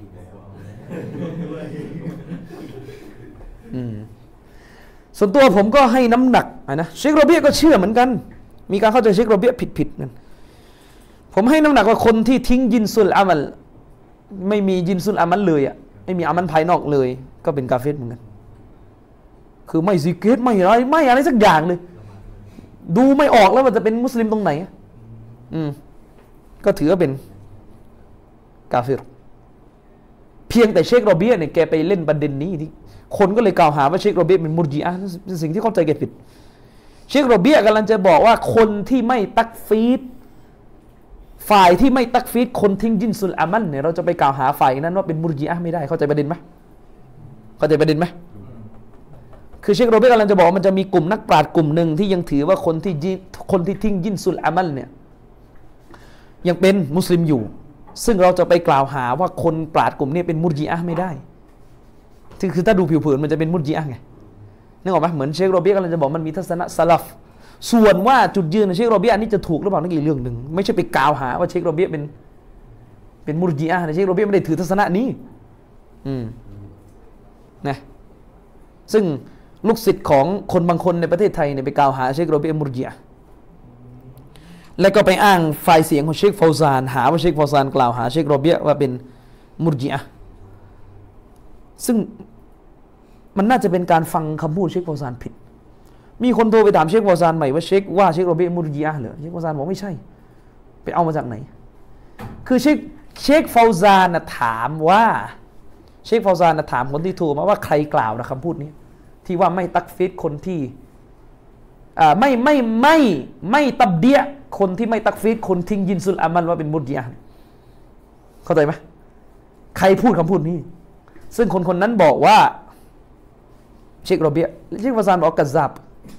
อืมส่วนตัวผมก็ให้น้ำหนักนะเชคโรเบียก็เชื่อเหมือนกันมีการเข้าใจเชคโรเบียผิดๆกันผมให้น้ำหนักว่าคนที่ทิ้งยินซุลอามัลไม่มียินซุลอามัลเลยอ่ะไม่มีอามันภายนอกเลยก็เป็นกาเฟรเหมือนกันคือไม่ซิกเกตไม่อะไรไม่อะไรสักอย่างเลยดูไม่ออกแล้วว่าจะเป็นมุสลิมตรงไหนอืมก็ถือว่าเป็นกาเฟรเพียงแต่เชคโรเบียเนี่ยแกไปเล่นประเด็นนี้ที่คนก็เลยกล่าวหาว่าเชคโรเบียเป็นมุรจิอะห์เป็นสิ่งที่เข้าใจกันผิดเชคโรเบียกำลังจะบอกว่าคนที่ไม่ตักฟีดฝ่ายที่ไม่ตักฟีดคนทิ้งยินซุลอามันเนี่ยเราจะไปกล่าวหาฝ่ายนั้นว่าเป็นมุรจิอะห์ไม่ได้เข้าใจประเด็นไหมเข้าใจประเด็นไหมคือเชคโรเบียกำลังจะบอกมันจะมีกลุ่มนักปราชญ์กลุ่มหนึ่งที่ยังถือว่าคนที่คนที่ทิ้งยินซุลอามันเนี่ยยังเป็นมุสลิมอยู่ซึ่งเราจะไปกล่าวหาว่าคนปราชญ์กลุ่มนี้เป็นมุรจิอะห์ไม่ได้คือถ้าดูผิวเผินมันจะเป็นมุรจิอะห์ไงนึกออกไหมเหมือนเชคโรเบียกำลังจะบอกมันมีทัศนะสลัฟส่วนว่าจุดยืนของเชคโรเบียอันนี้จะถูกหรือเปล่านั่นอีกเรื่องหนึ่งไม่ใช่ไปกล่าวหาว่าเชคโรเบียเป็นเป็นมุรจิอะห์นะเชคโรเบียไม่ได้ถือทัศนะนี้อืมนะซึ่งลูกศิษย์ของคนบางคนในประเทศไทยเนี่ยไปกล่าวหาเชคโรเบียมุรจิอะห์แล้วก็ไปอ้างไฟล์เสียงของเชคฟาวซานหาว่าเชคฟาวซานกล่าวหาเชคโรเบียว่าเป็นมุรจิอะห์ซึ่งมันน่าจะเป็นการฟังคำพูดเชคฟาวซานผิดมีคนโทรไปถามเชคฟาวซานใหม่ว่าเชคว่าเชคโรเบียมุรจิอะห์เหรอเชคฟาวซานบอกไม่ใช่ไปเอามาจากไหนคือเชคเชคฟาวซานนะถามว่าเชคฟาวซานนะถามคนที่โทรมาว่าใครกล่าวนะคำพูดนี้ที่ว่าไม่ตักฟีดคนที่อ่าไม่ไม่ไม่ไม่ตับเดียคนที่ไม่ตักฟีดคนทิ้งยินซุลอามันว่าเป็นมุรจิอะห์เข้าใจไหมใครพูดคำพูดนี้ซึ่งคนคนนั้นบอกว่าเชคโรเบียเชคฟาวซานบอกกะซาบ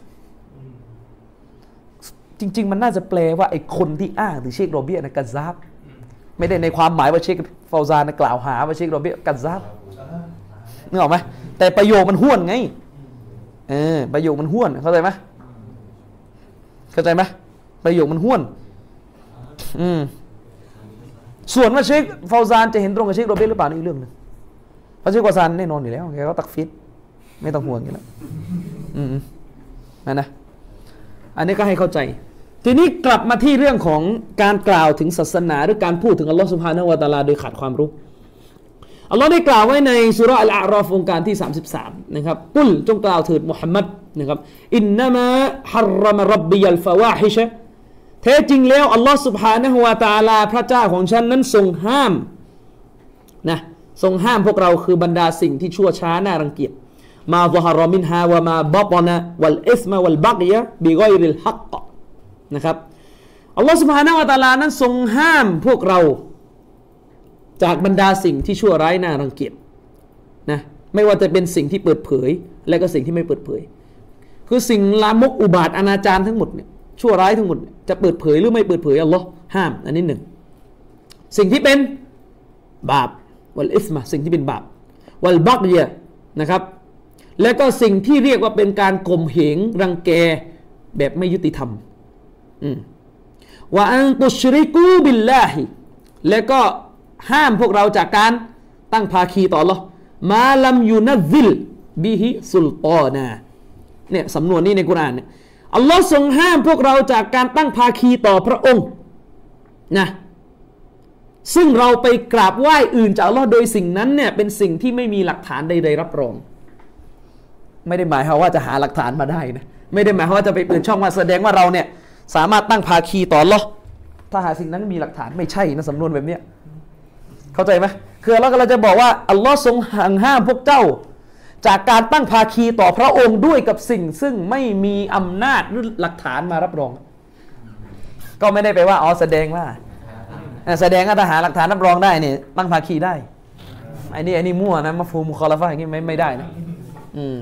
จริงๆมันน่าจะแปลว่าไอ้คนที่อ้างถึงเชคโรเบียนะกะซาบไม่ได้ในความหมายว่าเชคฟาวซานกล่าวหาว่าเชคโรเบียกะซาบนึกออกไหมแต่ประโยคมันห้วนไงเออประโยคมันห้วนเข้าใจไหมเข้าใจไหมประโยคมันห้วนอืมส่วนว่าเชคฟาวซานจะเห็นตรงกับเชคโรเบียหรือเปล่านี่อีกเรื่องนึงเพราะเชคฟาวซานแน่นอนอยู่แล้วแกก็ตักฟีดไม่ต้องห่วงกันแล้วอืมนั่นนะอันนี้ก็ให้เข้าใจทีนี้กลับมาที่เรื่องของการกล่าวถึงศาสนาหรือการพูดถึงอัลลอฮฺซุบฮานะฮูวะตะอาลาโดยขาดความรู้อัลลอฮ์ได้กล่าวไว้ในซูเราะห์อัลอาอรอฟองค์การที่สามสิบสามนะครับกุลจงกล่าวเถิดมุฮัมมัดนะครับอินนามาฮัรรมร็อบบิยัลฟาวาฮิชะแท้จริงแล้วอัลลอฮ์ซุบฮานะฮูวะตะอาลาพระเจ้าของฉันนั้นทรงห้ามนะทรงห้ามพวกเราคือบรรดาสิ่งที่ชั่วช้าน่ารังเกียจมาซะฮะรอมินฮาวะมาบัตนะวัลอิสมะวัลบักยะบิฆอยริลฮักนะครับอัลลอฮ์ซุบฮานะฮูวะตะอาลานั้นทรงห้ามพวกเราจากบรรดาสิ่งที่ชั่วร้ายน่ารังเกียจนะไม่ว่าจะเป็นสิ่งที่เปิดเผยและก็สิ่งที่ไม่เปิดเผยคือสิ่งลามกอุบาทอนาจารทั้งหมดเนี่ยชั่วร้ายทั้งหมดจะเปิดเผยหรือไม่เปิดเผยอัลลอฮ์ห้ามอันนี้หนึ่งสิ่งที่เป็นบาปวัลอิสมะสิ่งที่เป็นบาปวัลบักยะนะครับและก็สิ่งที่เรียกว่าเป็นการข่มเหงรังแกแบบไม่ยุติธรรมอืมว่าอันตุชริกูบิลลาฮิและก็ห้ามพวกเราจากการตั้งภาคีต่ออัลเลาะห์มาลัมยุนัซซิลบิฮิซุลตานะเนี่ยสำนวนนี้ในกุรอานเนี่ยอัลลอฮ์ทรงห้ามพวกเราจากการตั้งภาคีต่อพระองค์นะซึ่งเราไปกราบไหว้อื่นจากอัลเลาะห์โดยสิ่งนั้นเนี่ยเป็นสิ่งที่ไม่มีหลักฐานใดๆรับรองไม่ได้หมายความว่าจะหาหลักฐานมาได้นะไม่ได้หมายความว่าจะไปเปิดช่องมาแสดงว่าเราเนี่ยสามารถตั้งภาคีต่ออัลเลาะห์ถ้าหาสิ่งนั้นมีหลักฐานไม่ใช่นะสำนวนแบบเนี้ยเข้าใจไหมคือเราก็เราจะบอกว่าอัลลอฮ์ทรงห้ามพวกเจ้าจากการตั้งภาคีต่อพระองค์ด้วยกับสิ่งซึ่งไม่มีอำนาจหรือหลักฐานมารับรองก็ไม่ได้ไปว่าอ๋อแสดงว่าแสดงว่าถ้าหาหลักฐานรับรองได้เนี่ยตั้งภาคีได้ไอ้นี่ไอ้นี่มั่วนะมาฟูมุคอลาฟะอย่างงี้ไม่ไม่ได้นะอืม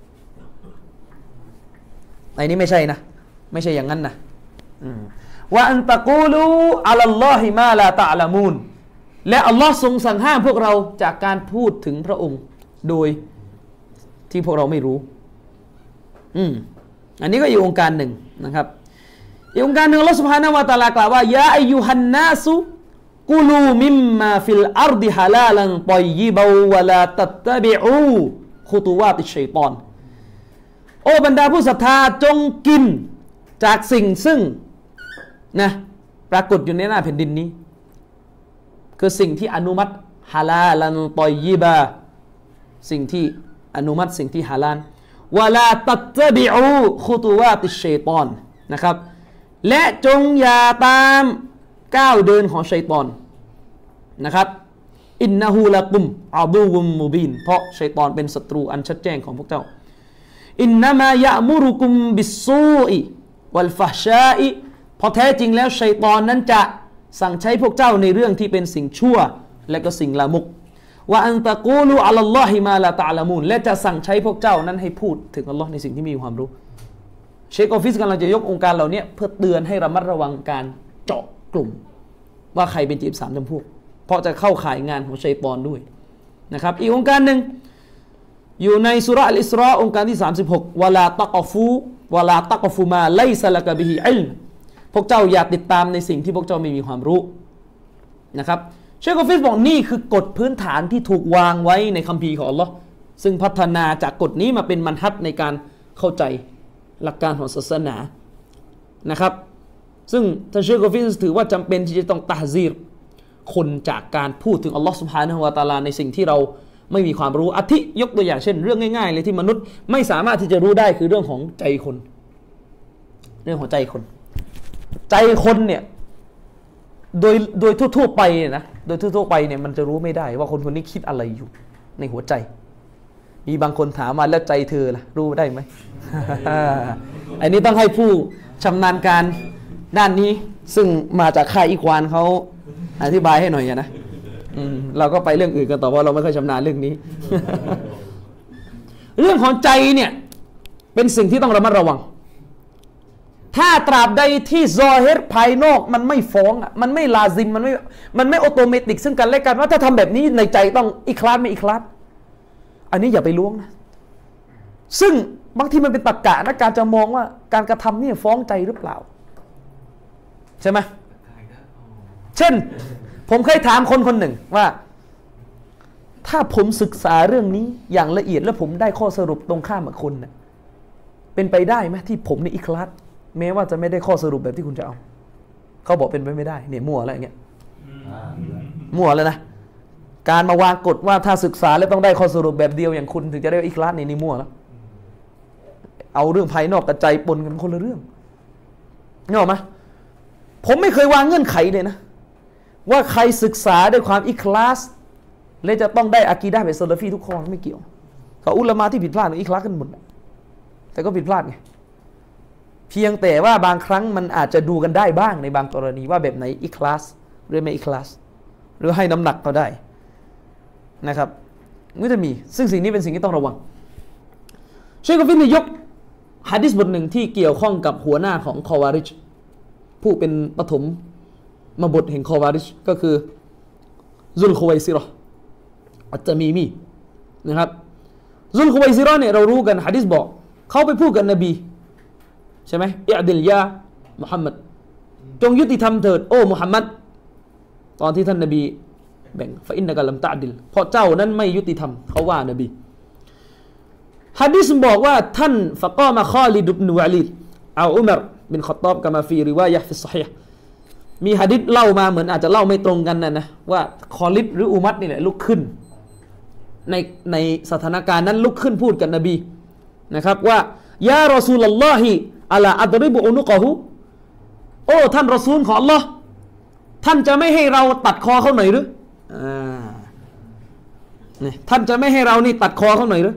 ไอ้นี่ไม่ใช่นะไม่ใช่อย่างนั้นนะว่าอันตะกูลูอัลลอฮิมาลาตะละมูนและอัลลอฮ์ทรงสั่งห้ามพวกเราจากการพูดถึงพระองค์โดยที่พวกเราไม่รู้อืมอันนี้ก็อีกองค์การหนึ่งนะครับอีกองค์การหนึ่งอัลลอฮ์ سبحانه และ تعالى กล่าวว่ายาอัยยูฮันนาสุกุลูมิมมาฟิลอัรฎิฮะลาลันฏอยยิบะวะลาตัตตะบิอูคุตุวาติชชัยฏอนโอ้บรรดาผู้ศรัทธาจงกินจากสิ่งซึ่งนะปรากฏอยู่ในหน้าแผ่นดินนี้คือสิ่งที่อนุมัติฮาลาลันฏอยยิบะสิ่งที่อนุมัติสิ่งที่ฮาลาลวะลาตัตตะบิอูคุตุวาติชชัยฏอนนะครับและจงอย่าตามก้าวเดินของชัยฏอนนะครับอินนะฮูละกุมอาดูวุมมุบีนเพราะชัยฏอนเป็นศัตรูอันชัดแจ้งของพวกเจ้าอินนามายะมุรุกุมบิสซูอิวัลฟะฮ์ชาอิเพราะแท้จริงแล้วชัยฏอนนั้นจะสั่งใช้พวกเจ้าในเรื่องที่เป็นสิ่งชั่วและก็สิ่งละมุกว่าอันตะกูลูอัลลอฮิมาลาตะละมูนและจะสั่งใช้พวกเจ้านั้นให้พูดถึงอัลลอฮ์ในสิ่งที่มีความรู้เชคออฟฟิศกำลังจะยกองค์การเหล่านี้เพื่อเตือนให้ระมัดระวังการเจาะกลุ่มว่าใครเป็นจีบสามจำพวกเพราะจะเข้าข่ายงานของชัยฏอนด้วยนะครับอีกองค์การหนึ่งอยู่ในสุเราะห์อัลอิสราองค์การที่สามสิบหกวะลาตักฟูวะลาตักฟูมาไลซะละกะบิฮิอิลมพวกเจ้าอย่าติดตามในสิ่งที่พวกเจ้าไม่มีความรู้นะครับเชคออฟฟิศบอกนี่คือกฎพื้นฐานที่ถูกวางไว้ในคัมภีร์ของอัลลอฮ์ซึ่งพัฒนาจากกฎนี้มาเป็นมันฮัจในการเข้าใจหลักการของศาสนานะครับซึ่งท่านเชคออฟฟิศถือว่าจำเป็นที่จะต้องตะฮซีรคนจากการพูดถึงอัลลอฮ์ซุบฮานะฮูวะตะอาลาในสิ่งที่เราไม่มีความรู้อาทิยกตัวอย่างเช่นเรื่องง่ายๆเลยที่มนุษย์ไม่สามารถที่จะรู้ได้คือเรื่องของใจคนเรื่องของใจคนใจคนเนี่ยโดยโดยทั่วๆไปนะโดยทั่วๆไปเนี่ยมันจะรู้ไม่ได้ว่าคนคนนี้คิดอะไรอยู่ในหัวใจมีบางคนถามมาแล้วใจเธอล่ะรู้ได้ไหม อันนี้ต้องให้ผู้ชำนาญการด้านนี้ซึ่งมาจากค่ายอิควานเขาอธิบายให้หน่อยนะเราก็ไปเรื่องอื่นกันต่อว่าเราไม่ค่อยชำนาญเรื่องนี้ เรื่องของใจเนี่ยเป็นสิ่งที่ต้องระมัดระวังถ้าตราบใดที่ซอฮิรภายนอกมันไม่ฟ้องอ่ะมันไม่ลาซิมมันไม่มันไม่ออโตเมติกซึ่งกันและกันว่าถ้าทำแบบนี้ในใจต้องอิคลาสไม่อิคลาสอันนี้อย่าไปล้วงนะซึ่งบางทีมันเป็นตรรกะนะการจะมองว่าการกระทำนี่ฟ้องใจหรือเปล่าใช่ไหมเช่นผมเคยถามคนคนหนึ่งว่าถ้าผมศึกษาเรื่องนี้อย่างละเอียดแล้วผมได้ข้อสรุปตรงข้ามกับคุณนะเป็นไปได้ไหมที่ผมในอิคลาสแม้ว่าจะไม่ได้ข้อสรุปแบบที่คุณจะเอาเขาบอกเป็นไปไม่ได้เนี่ยมั่วอะไรอย่างเงี้ยมั่วเลยนะการมาวางกฎว่าถ้าศึกษาแล้วต้องได้ข้อสรุปแบบเดียวอย่างคุณถึงจะได้อิคลาสในนี่มั่วแล้วเอาเรื่องภายนอกกับใจปนกันคนละเรื่องนึกออกไหมผมไม่เคยวางเงื่อนไขเลยนะว่าใครศึกษาด้วยความอิคลาสและจะต้องได้อากีดะห์แบบซะลาฟีทุกข้อไม่เกี่ยวเขาอุลามะที่ผิดพลาดอิคลาสกันหมดแต่ก็ผิดพลาดไงเพียงแต่ว่าบางครั้งมันอาจจะดูกันได้บ้างในบางกรณีว่าแบบไหนอิคลาสหรือไม่อิคลาสหรือให้น้ำหนักก็ได้นะครับมันจะมีซึ่งสิ่งนี้เป็นสิ่งที่ต้องระวังเชคกอฟินยกหะดีษบทหนึ่งที่เกี่ยวข้องกับหัวหน้าของคอวาริจผู้เป็นปฐมมาบทแห่งคอวาริจก็คือซุลคุไวซิเราะห์อัตตะมีมีนะครับซุลคุไวซิเราะห์เนี่ยเรารู้กันหะดีษบอกเขาไปพูดกับนบีใช่ไหมอิอ์ดิลยามุฮัมมัดจงยุติธรรมเถิดโอ้มุฮัมมัดตอนที่ท่านนบีแบ่งฟะอินนะกะลัมตะอ์ดิลเพราะเจ้านั้นไม่ยุติธรรมเขาว่านบีหะดีษบอกว่าท่านฟะกอมะคอลิดอิบนุวะลีดเอาอุมัรบินค็อฏฏอบกะมาฟีริวายะห์ฟิศศอฮีฮ์มีหะดีษเล่ามาเหมือนอาจจะเล่าไม่ตรงกันนะนะว่าคอลิดหรืออุมัรนี่แหละลุกขึ้นในในสถานการณ์นั้นลุกขึ้นพูดกับนบีนะครับว่ายารอซูลุลลอฮิอะลาอัดริบุอุนุกะฮูโอ้ท่านรอซูลของอัลเลาะห์ท่านจะไม่ให้เราตัดคอเขาหน่อยหรืออ่านี่ท่านจะไม่ให้เรานี่ตัดคอเขาหน่อยหรือ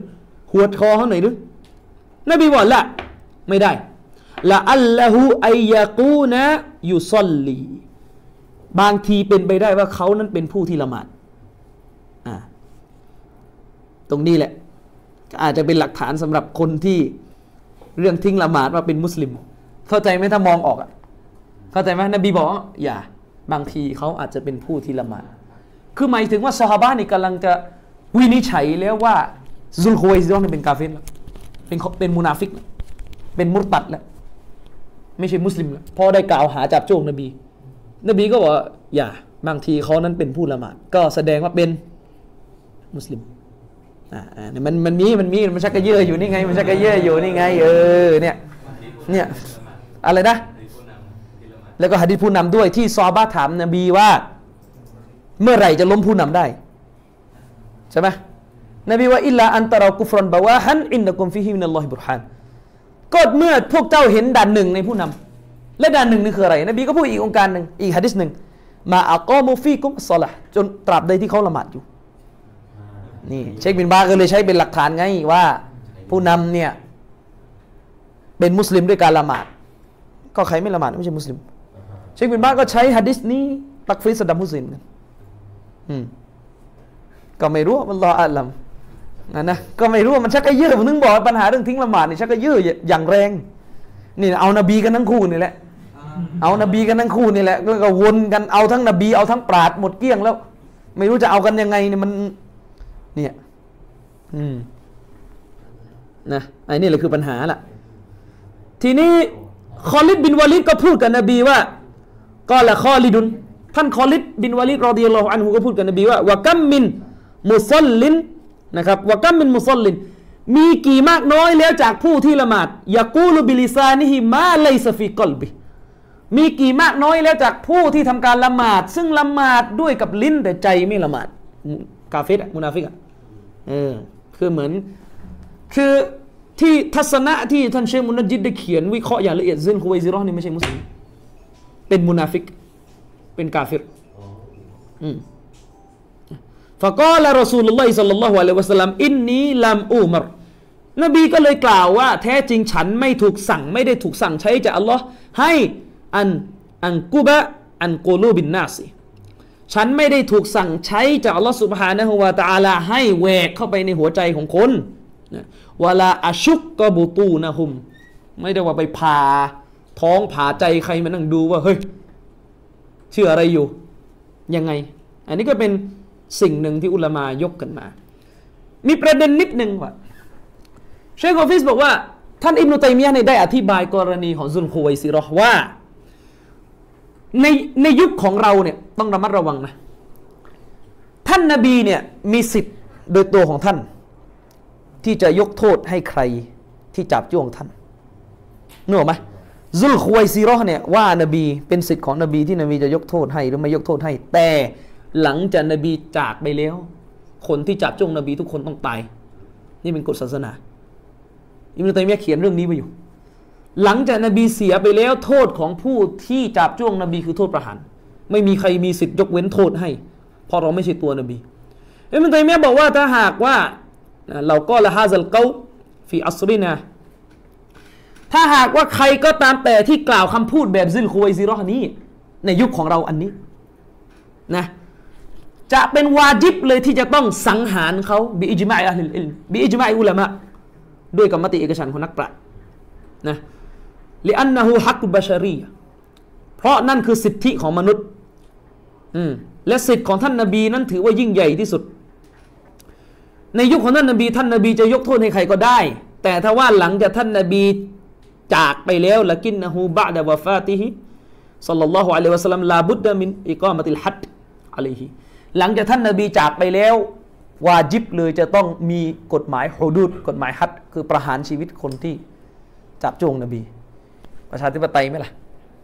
หวดคอเขาหน่อยหรือนบีบอกละไม่ได้ละอัลลอฮูอัยยะกูนะยุซอลลีบางทีเป็นไปได้ว่าเขานั้นเป็นผู้ที่ละหมาดอ่าตรงนี้แหละอาจจะเป็นหลักฐานสำหรับคนที่เรื่องทิ้งละหมาดว่าเป็นมุสลิมเข้าใจไหมถ้ามองออกอ่ะเข้าใจไหมนบีบอกอย่าบางทีเขาอาจจะเป็นผู้ที่ละหมาดคือหมายถึงว่าซอฮาบะห์นี่กำลังจะวินิจฉัยแล้วว่าซุลคุวัยซิรอห์นี่เป็นกาเฟรแล้วเป็นเป็นมุนาฟิกเป็นมุรตัดแล้วไม่ใช่มุสลิมแล้วพอได้กล่าวหาจับโจงนบีนบีก็บอกอย่าบางทีเขานั้นเป็นผู้ละหมาดก็แสดงว่าเป็นมุสลิมอ่าเนี่ยมันมันมีมันมีมันชักกระเยอะอยู่นี่ไงมันชักกระเยอะอยู่นี่ไงเออเนี่ยเนี่ยอะไรนะแล้วก็หะดีษผู้นำด้วยที่ซอฮาบะห์ถามนบีว่าเมื่อไหร่จะล้มผู้นำได้ใช่ไหมนบีว่าอิลลาอันตะเรากุฟรันบะวาฮันอินนะกุมฟิฮิมินัลลอฮิบุรฮานก็เมื่อพวกเจ้าเห็นด่านหนึ่งในผู้นำและด่านหนึ่งนี่คืออะไรนบีก็พูดอีกองค์การหนึ่งอีกหะดีษหนึ่งมาอักอมุฟีกุมศอลาห์จนตราบใดที่เขาละหมาดอยู่นี่เชคบินบาซก็เลยใช้เป็นหลักฐานไงว่าผู้นำเนี่ยเป็นมุสลิมด้วยการละหมาดก็ใครไม่ละหมาดไม่ใช่มุสลิมเชคบินบาซก็ใช้หะดีษนี้ตักฟีรซัดดัมฮุเซนกันอืมก็ไม่รู้มันรออัลลัมนะนะก็ไม่รู้มันชักกระเยอะผมถึงบอกปัญหาเรื่องทิ้งละหมาดนี่ชักกระเยอะอย่างแรงนี่เอานบีกันทั้งคู่นี่แหละเอานบีกันทั้งคู่นี่แหละก็วนกันเอาทั้งนบีเอาทั้งปราชญ์หมดเกลี้ยงแล้วไม่รู้จะเอากันยังไงเนี่ยมันเนี่ยอืมนะไอ้นี่แหละคือปัญหาล่ะทีนี้คอลิดบินวาลิดก็พูดกับนบีว่าก็ละคอลิดุนท่านคอลิดบินวาลิดรอฎิยัลลอฮุอันฮุก็พูดกับนบีว่าวะกัมมินมุซัลลินนะครับวะกัมมินมุซัลลินมีกี่มากน้อยแล้วจากผู้ที่ละหมาดยะกูลุบิลิซานิฮิมาไลซะฟีกอลบิมีกี่มากน้อยแล้วจากผู้ที่ทำการละหมาดซึ่งละหมาดด้วยกับลิ้นแต่ใจไม่ละหมาดกาเฟรมุนาฟิกอ่ะเออคือเหมือนคือที่ทัศนะที่ท่านเชคมุนัจญิดได้เขียนวิเคราะห์อย่างละเอียดซุลคุวัยซิรอห์นี่ไม่ใช่มุสลิมเป็นมุนาฟิกเป็นกาเฟรอืมฟะกอละรอซูลุลลอฮิศ็อลลัลลอฮุอะลัยฮิวะซัลลัมอินนีลัมอูมัรนบีก็เลยกล่าวว่าแท้จริงฉันไม่ถูกสั่งไม่ได้ถูกสั่งใช้จากอัลลอฮ์ให้อันอันกุบะอันกูลูบินนาสฉันไม่ได้ถูกสั่งใช้จากอัลลอฮ์ซุบฮานะฮูวะตะอาลาให้แหวกเข้าไปในหัวใจของคนวะลาอัชุกกะบุตูนะฮุมไม่ได้ว่าไปผ่าท้องผ่าใจใครมานั่งดูว่าเฮ้ยเชื่ออะไรอยู่ยังไงอันนี้ก็เป็นสิ่งหนึ่งที่อุลามายกกันมามีประเด็นนิดนึงว่าเชคฮอฟิซบอกว่าท่านอิบนุตัยมียะห์ได้อธิบายกรณีของซุลคุวัยซิรอห์ว่าในในยุคของเราเนี่ยต้องระมัดระวังนะท่านนบีเนี่ยมีสิทธิ์โดยตัวของท่านที่จะยกโทษให้ใครที่จับจ้วงท่านนึกออกไหมซุลคุวัยซิรอห์เนี่ยว่านบีเป็นสิทธิ์ของนบีที่นบีจะยกโทษให้หรือไม่ยกโทษให้แต่หลังจากนบีจากไปแล้วคนที่จับจ้วงนบีทุกคนต้องตายนี่เป็นกฎศาสนาอิบนุตัยมียะห์เขียนเรื่องนี้ไว้อยู่หลังจากนบีเสียไปแล้วโทษของผู้ที่จับจ้วงนบีคือโทษประหารไม่มีใครมีสิทธิ์ยกเว้นโทษให้เพราะเราไม่ใช่ตัวนบีอิบนุตัยมียะห์บอกว่าถ้าหากว่าเราก็ละฮาซัลเกาฟีอัศรินะถ้าหากว่าใครก็ตามแต่ที่กล่าวคำพูดแบบซุลคุวัยซิรอห์นี้ในยุคของเราอันนี้นะจะเป็นวาญิบเลยที่จะต้องสังหารเขาบิอิจมาออะห์ลิลอิลมบิอิจมาออุลามะด้วยกับมติเอกฉันท์ของนักปราชญ์นะลิอันนะฮูฮักบัชรีเพราะนั่นคือสิทธิของมนุษย์อืมและสิทธิของท่านนบีนั้นถือว่ายิ่งใหญ่ที่สุดในยุคของท่านนบีท่านนบีจะยกโทษให้ใครก็ได้แต่ถ้าว่าหลังจากท่านนบีจากไปแล้วละกินนะฮูบะดะวะฟาติฮิศ็อลลัลลอฮุอะลัยฮิวะซัลลัมลาบุดดะมินอิกอมะติลฮัดอะลัยฮิหลังจากท่านนบีจากไปแล้ววาญิบเลยจะต้องมีกฎหมายฮุดูดกฎหมายฮัดคือประหารชีวิตคนที่จับจ้วงนบีประชาธิปไตยไหมล่ะ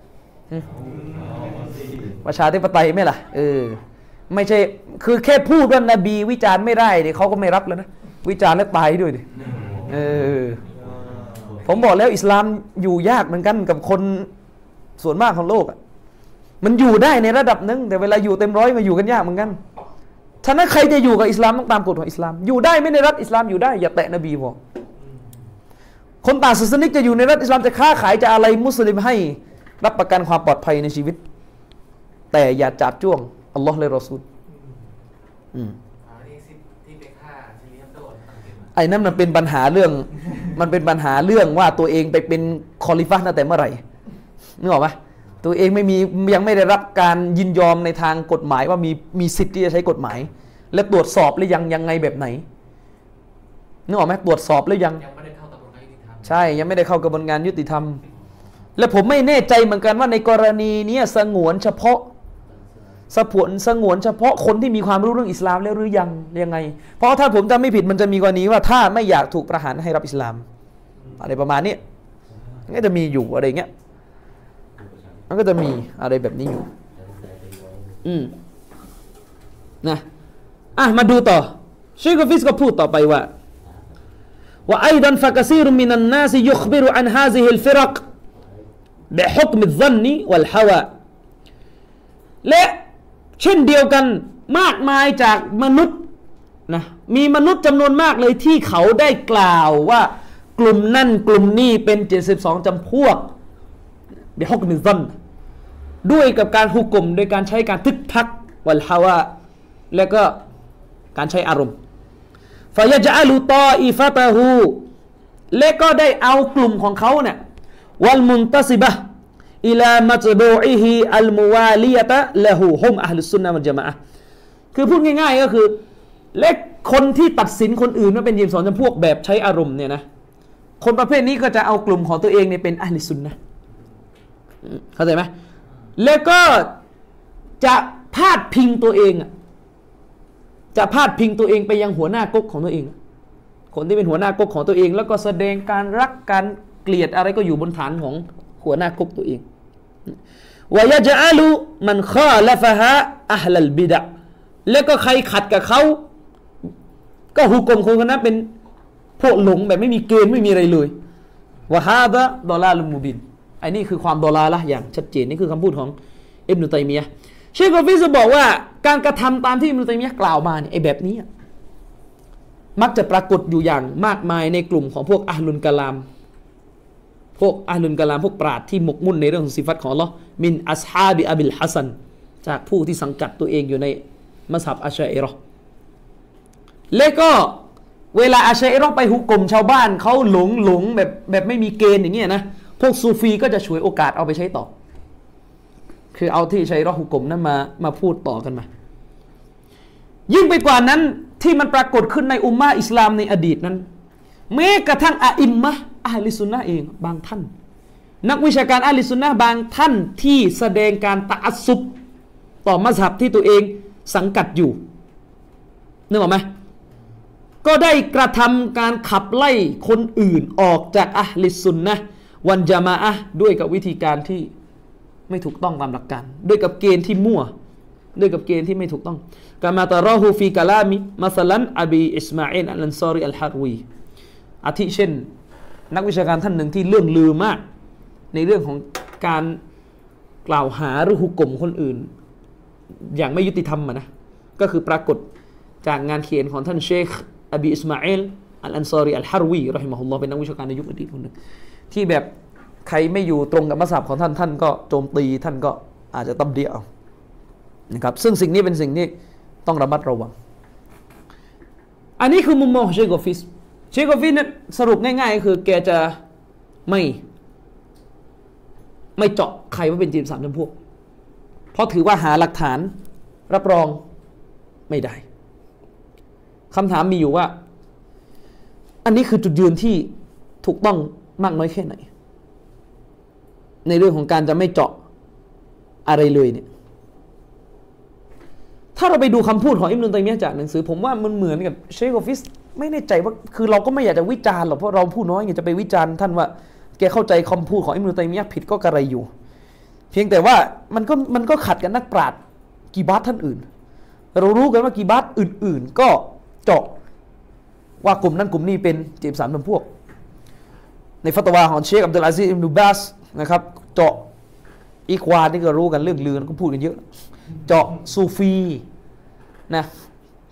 ประชาธิปไตยไหมล่ะเออไม่ใช่คือแค่พูดว่านบีวิจารณ์ไม่ได้เดี๋ยวเขาก็ไม่รับแล้วนะวิจารณ์แล้วตายด้วยดิเออผมบอกแล้วอิสลามอยู่ยากเหมือนกันกับคนส่วนมากของโลกอ่ะมันอยู่ได้ในระดับนึงแต่เวลาอยู่เต็มร้อยมาอยู่กันยากเหมือนกันฉะนั้นใครจะอยู่กับอิสลามต้องตามกฎของอิสลามอยู่ได้ไม่ในรัฐอิสลามอยู่ได้อย่าแตะนบีพอคนต่างศาสนิกจะอยู่ในรัฐอิสลามจะค้าขายจะอะไรมุสลิมให้รับประกันความปลอดภัยในชีวิตแต่อย่าจับจ้วงอัลลอฮ์และรอซูลอืมไอ้นั่นมันเป็นปัญหาเรื่องมันเป็นปัญหาเรื่องว่าตัวเองไปเป็นคอลิฟะห์ตั้งแต่เมื่อไหร่นึกออกไหมตัวเองไม่มียังไม่ได้รับการยินยอมในทางกฎหมายว่ามีมีสิทธิ์ที่จะใช้กฎหมายและตรวจสอบหรือยังยังไงแบบไหนนึกออกไหมตรวจสอบหรือยังยังไม่ได้เข้ากระบวนการยุติธรรมใช่ยังไม่ได้เข้ากระบวนการยุติธรรมและผมไม่แน่ใจเหมือนกันว่าในกรณีนี้สงวนเฉพาะสผวนสงวนเฉพาะคนที่มีความรู้เรื่องอิสลามแล้วหรือยังยังไงเพราะถ้าผมจำไม่ผิดมันจะมีกรณีว่าถ้าไม่อยากถูกประหารให้รับอิสลามอะไรประมาณนี้ก็จะมีอยู่อะไรเงี้ยมันก็จะมีอะไรแบบนี้อยู่อืมนะอ่ะมาดูต่อเชคฟิสก็พูดต่อไปว่าว่าไอดันฟะกะซีรุมินันนาสยุคบิรุอันฮาซิฮิลฟิรักบิฮุกมิซซันนิวัลฮาวาและเช่นเดียวกันมากมายจากมนุษย์นะมีมนุษย์จำนวนมากเลยที่เขาได้กล่าวว่ากลุ่มนั่นกลุ่มนี้เป็นเจ็ดสิบสองจำพวกบิฮุกมิซซันด้วยกับการหุกกลมโดยการใช้การทึกทักวัลฮาวาแล้วก็การใช้อารมณ์ฟายะจอะลุตออิฟะตะฮูและก็ได้เอากลุ่มของเขาเนี่ยวัลมุนตะซิบะห์อิลามัตบูอิฮิอัลมุวาลิยะตะละฮูฮุมอะห์ลุสซุนนะวัลญะมาอะห์คือพูดง่ายๆก็คือและคนที่ตัดสินคนอื่นว่าเป็นยิมสอนจำพวกแบบใช้อารมณ์เนี่ยนะคนประเภทนี้ก็จะเอากลุ่มของตัวเองเนี่ยเป็นอะห์ลุสซุนนะห์เข้าใจไหมแล้วก็จะพาดพิงตัวเองจะพาดพิงตัวเองไปยังหัวหน้าก๊กของตัวเองคนที่เป็นหัวหน้าก๊กของตัวเองแล้วก็แสดงการรักการเกลียดอะไรก็อยู่บนฐานของหัวหน้าก๊กตัวเองวายะจอะลุมันคอละฟะฮะอะห์ลัลบิดะห์แล้วก็ใครขัดกับเขาก็หุกกลมคนนั้นเป็นพวกหลงแบบไม่มีเกณฑ์ไม่มีอะไรเลยวะฮาดะดอลาลุมุบินไอ้นี่คือความดอลาละอย่างชัดเจนนี่คือคำพูดของอิบนุตัยมียะห์เชคกอฟิซบอกว่าการกระทำตามที่อิบนุตัยมียะห์กล่าวมาเนี่ยไอ้แบบนี้มักจะปรากฏอยู่อย่างมากมายในกลุ่มของพวกอะห์ลุลกะลามพวกอะห์ลุลกะลามพวกปราชญ์ที่หมกมุ่นในเรื่องของสิฟัตของอัลเลาะห์มินอัศฮาบิอบิลฮัสซันจากผู้ที่สังกัดตัวเองอยู่ในมัซฮับอัชอะอิเราะห์และก็เวลาอัชอะอิเราะห์ไปหุกกลมชาวบ้านเขาหลงหลงแบบแบบไม่มีเกณฑ์อย่างเงี้ยนะพวกซูฟีก็จะฉวยโอกาสเอาไปใช้ต่อคือเอาที่ชัยเราะห์หุกกลมนั้นมามาพูดต่อกันมายิ่งไปกว่านั้นที่มันปรากฏขึ้นในอุมมะห์อิสลามในอดีตนั้นแม้กระทั่งอะอิมมะห์อะห์ลิซุนนะห์เองบางท่านนักวิชาการอะห์ลิซุนนะห์บางท่านที่แสดงการตะอัสซุบต่อมัซฮับที่ตัวเองสังกัดอยู่นึกออกไหมก็ได้กระทำการขับไล่คนอื่นออกจากอะห์ลิซุนนะห์วันญะมาอะห์ด้วยกับวิธีการที่ไม่ถูกต้องตามหลักการด้วยกับเกณฑ์ที่มั่วด้วยกับเกณฑ์ที่ไม่ถูกต้องกามาตะรอฮูฟีกะลามิมัสลันอบีอิสมาอีลอัลอันซอรีอัลฮารวีอาทิเช่นนักวิชาการท่านหนึ่งที่เรื่องลือมากในเรื่องของการกล่าวหาหรือหุกกลมคนอื่นอย่างไม่ยุติธรรมนะก็คือปรากฏจากงานเขียนของท่านเชคอบีอิสมาอีลอัลอันซอรีอัลฮารวีเราะฮิมะฮุลลอฮ์เป็นนักวิชาการในยุคอดีตคนหนึ่งที่แบบใครไม่อยู่ตรงกับมัซฮับของท่านท่านก็โจมตีท่านก็อาจจะตับเดียวนะครับซึ่งสิ่งนี้เป็นสิ่งที่ต้องระมัดระวังอันนี้คือมุมมองของเชคกอฟิสเชคกอฟิสเนี่ยสรุปง่ายๆก็คือแกจะไม่ไม่เจาะใครว่าเป็นจีนสามจำพวกเพราะถือว่าหาหลักฐานรับรองไม่ได้คำถามมีอยู่ว่าอันนี้คือจุดยืนที่ถูกต้องมากน้อยแค่ไหนในเรื่องของการจะไม่เจาะอะไรเลยเนี่ยถ้าเราไปดูคำพูดของอิบนุตัยมียะห์จากหนังสือผมว่ามันเหมือนกับเชคกอฟิสไม่แน่ใจว่าคือเราก็ไม่อยากจะวิจารณ์หรอกเพราะเราผู้น้อยไงจะไปวิจารณ์ท่านว่าแกเข้าใจคำพูดของอิบนุตัยมียะห์ผิดก็กระไรอยู่เพียงแต่ว่ามันก็มันก็ขัดกับนักปราชญ์กีบาตท่านอื่นเรารู้กันว่ากีบาตอื่นๆก็เจาะว่ากลุ่มนั้นกลุ่มนี้เป็นเจ็ดสามจำพวกในฟัตวาของเชคอับดุลอาซีซอิบนุบาสนะครับเจาะอีควานนี่ก็รู้กันเรื่องลือก็พูดกันเยอะเจาะซูฟีนะ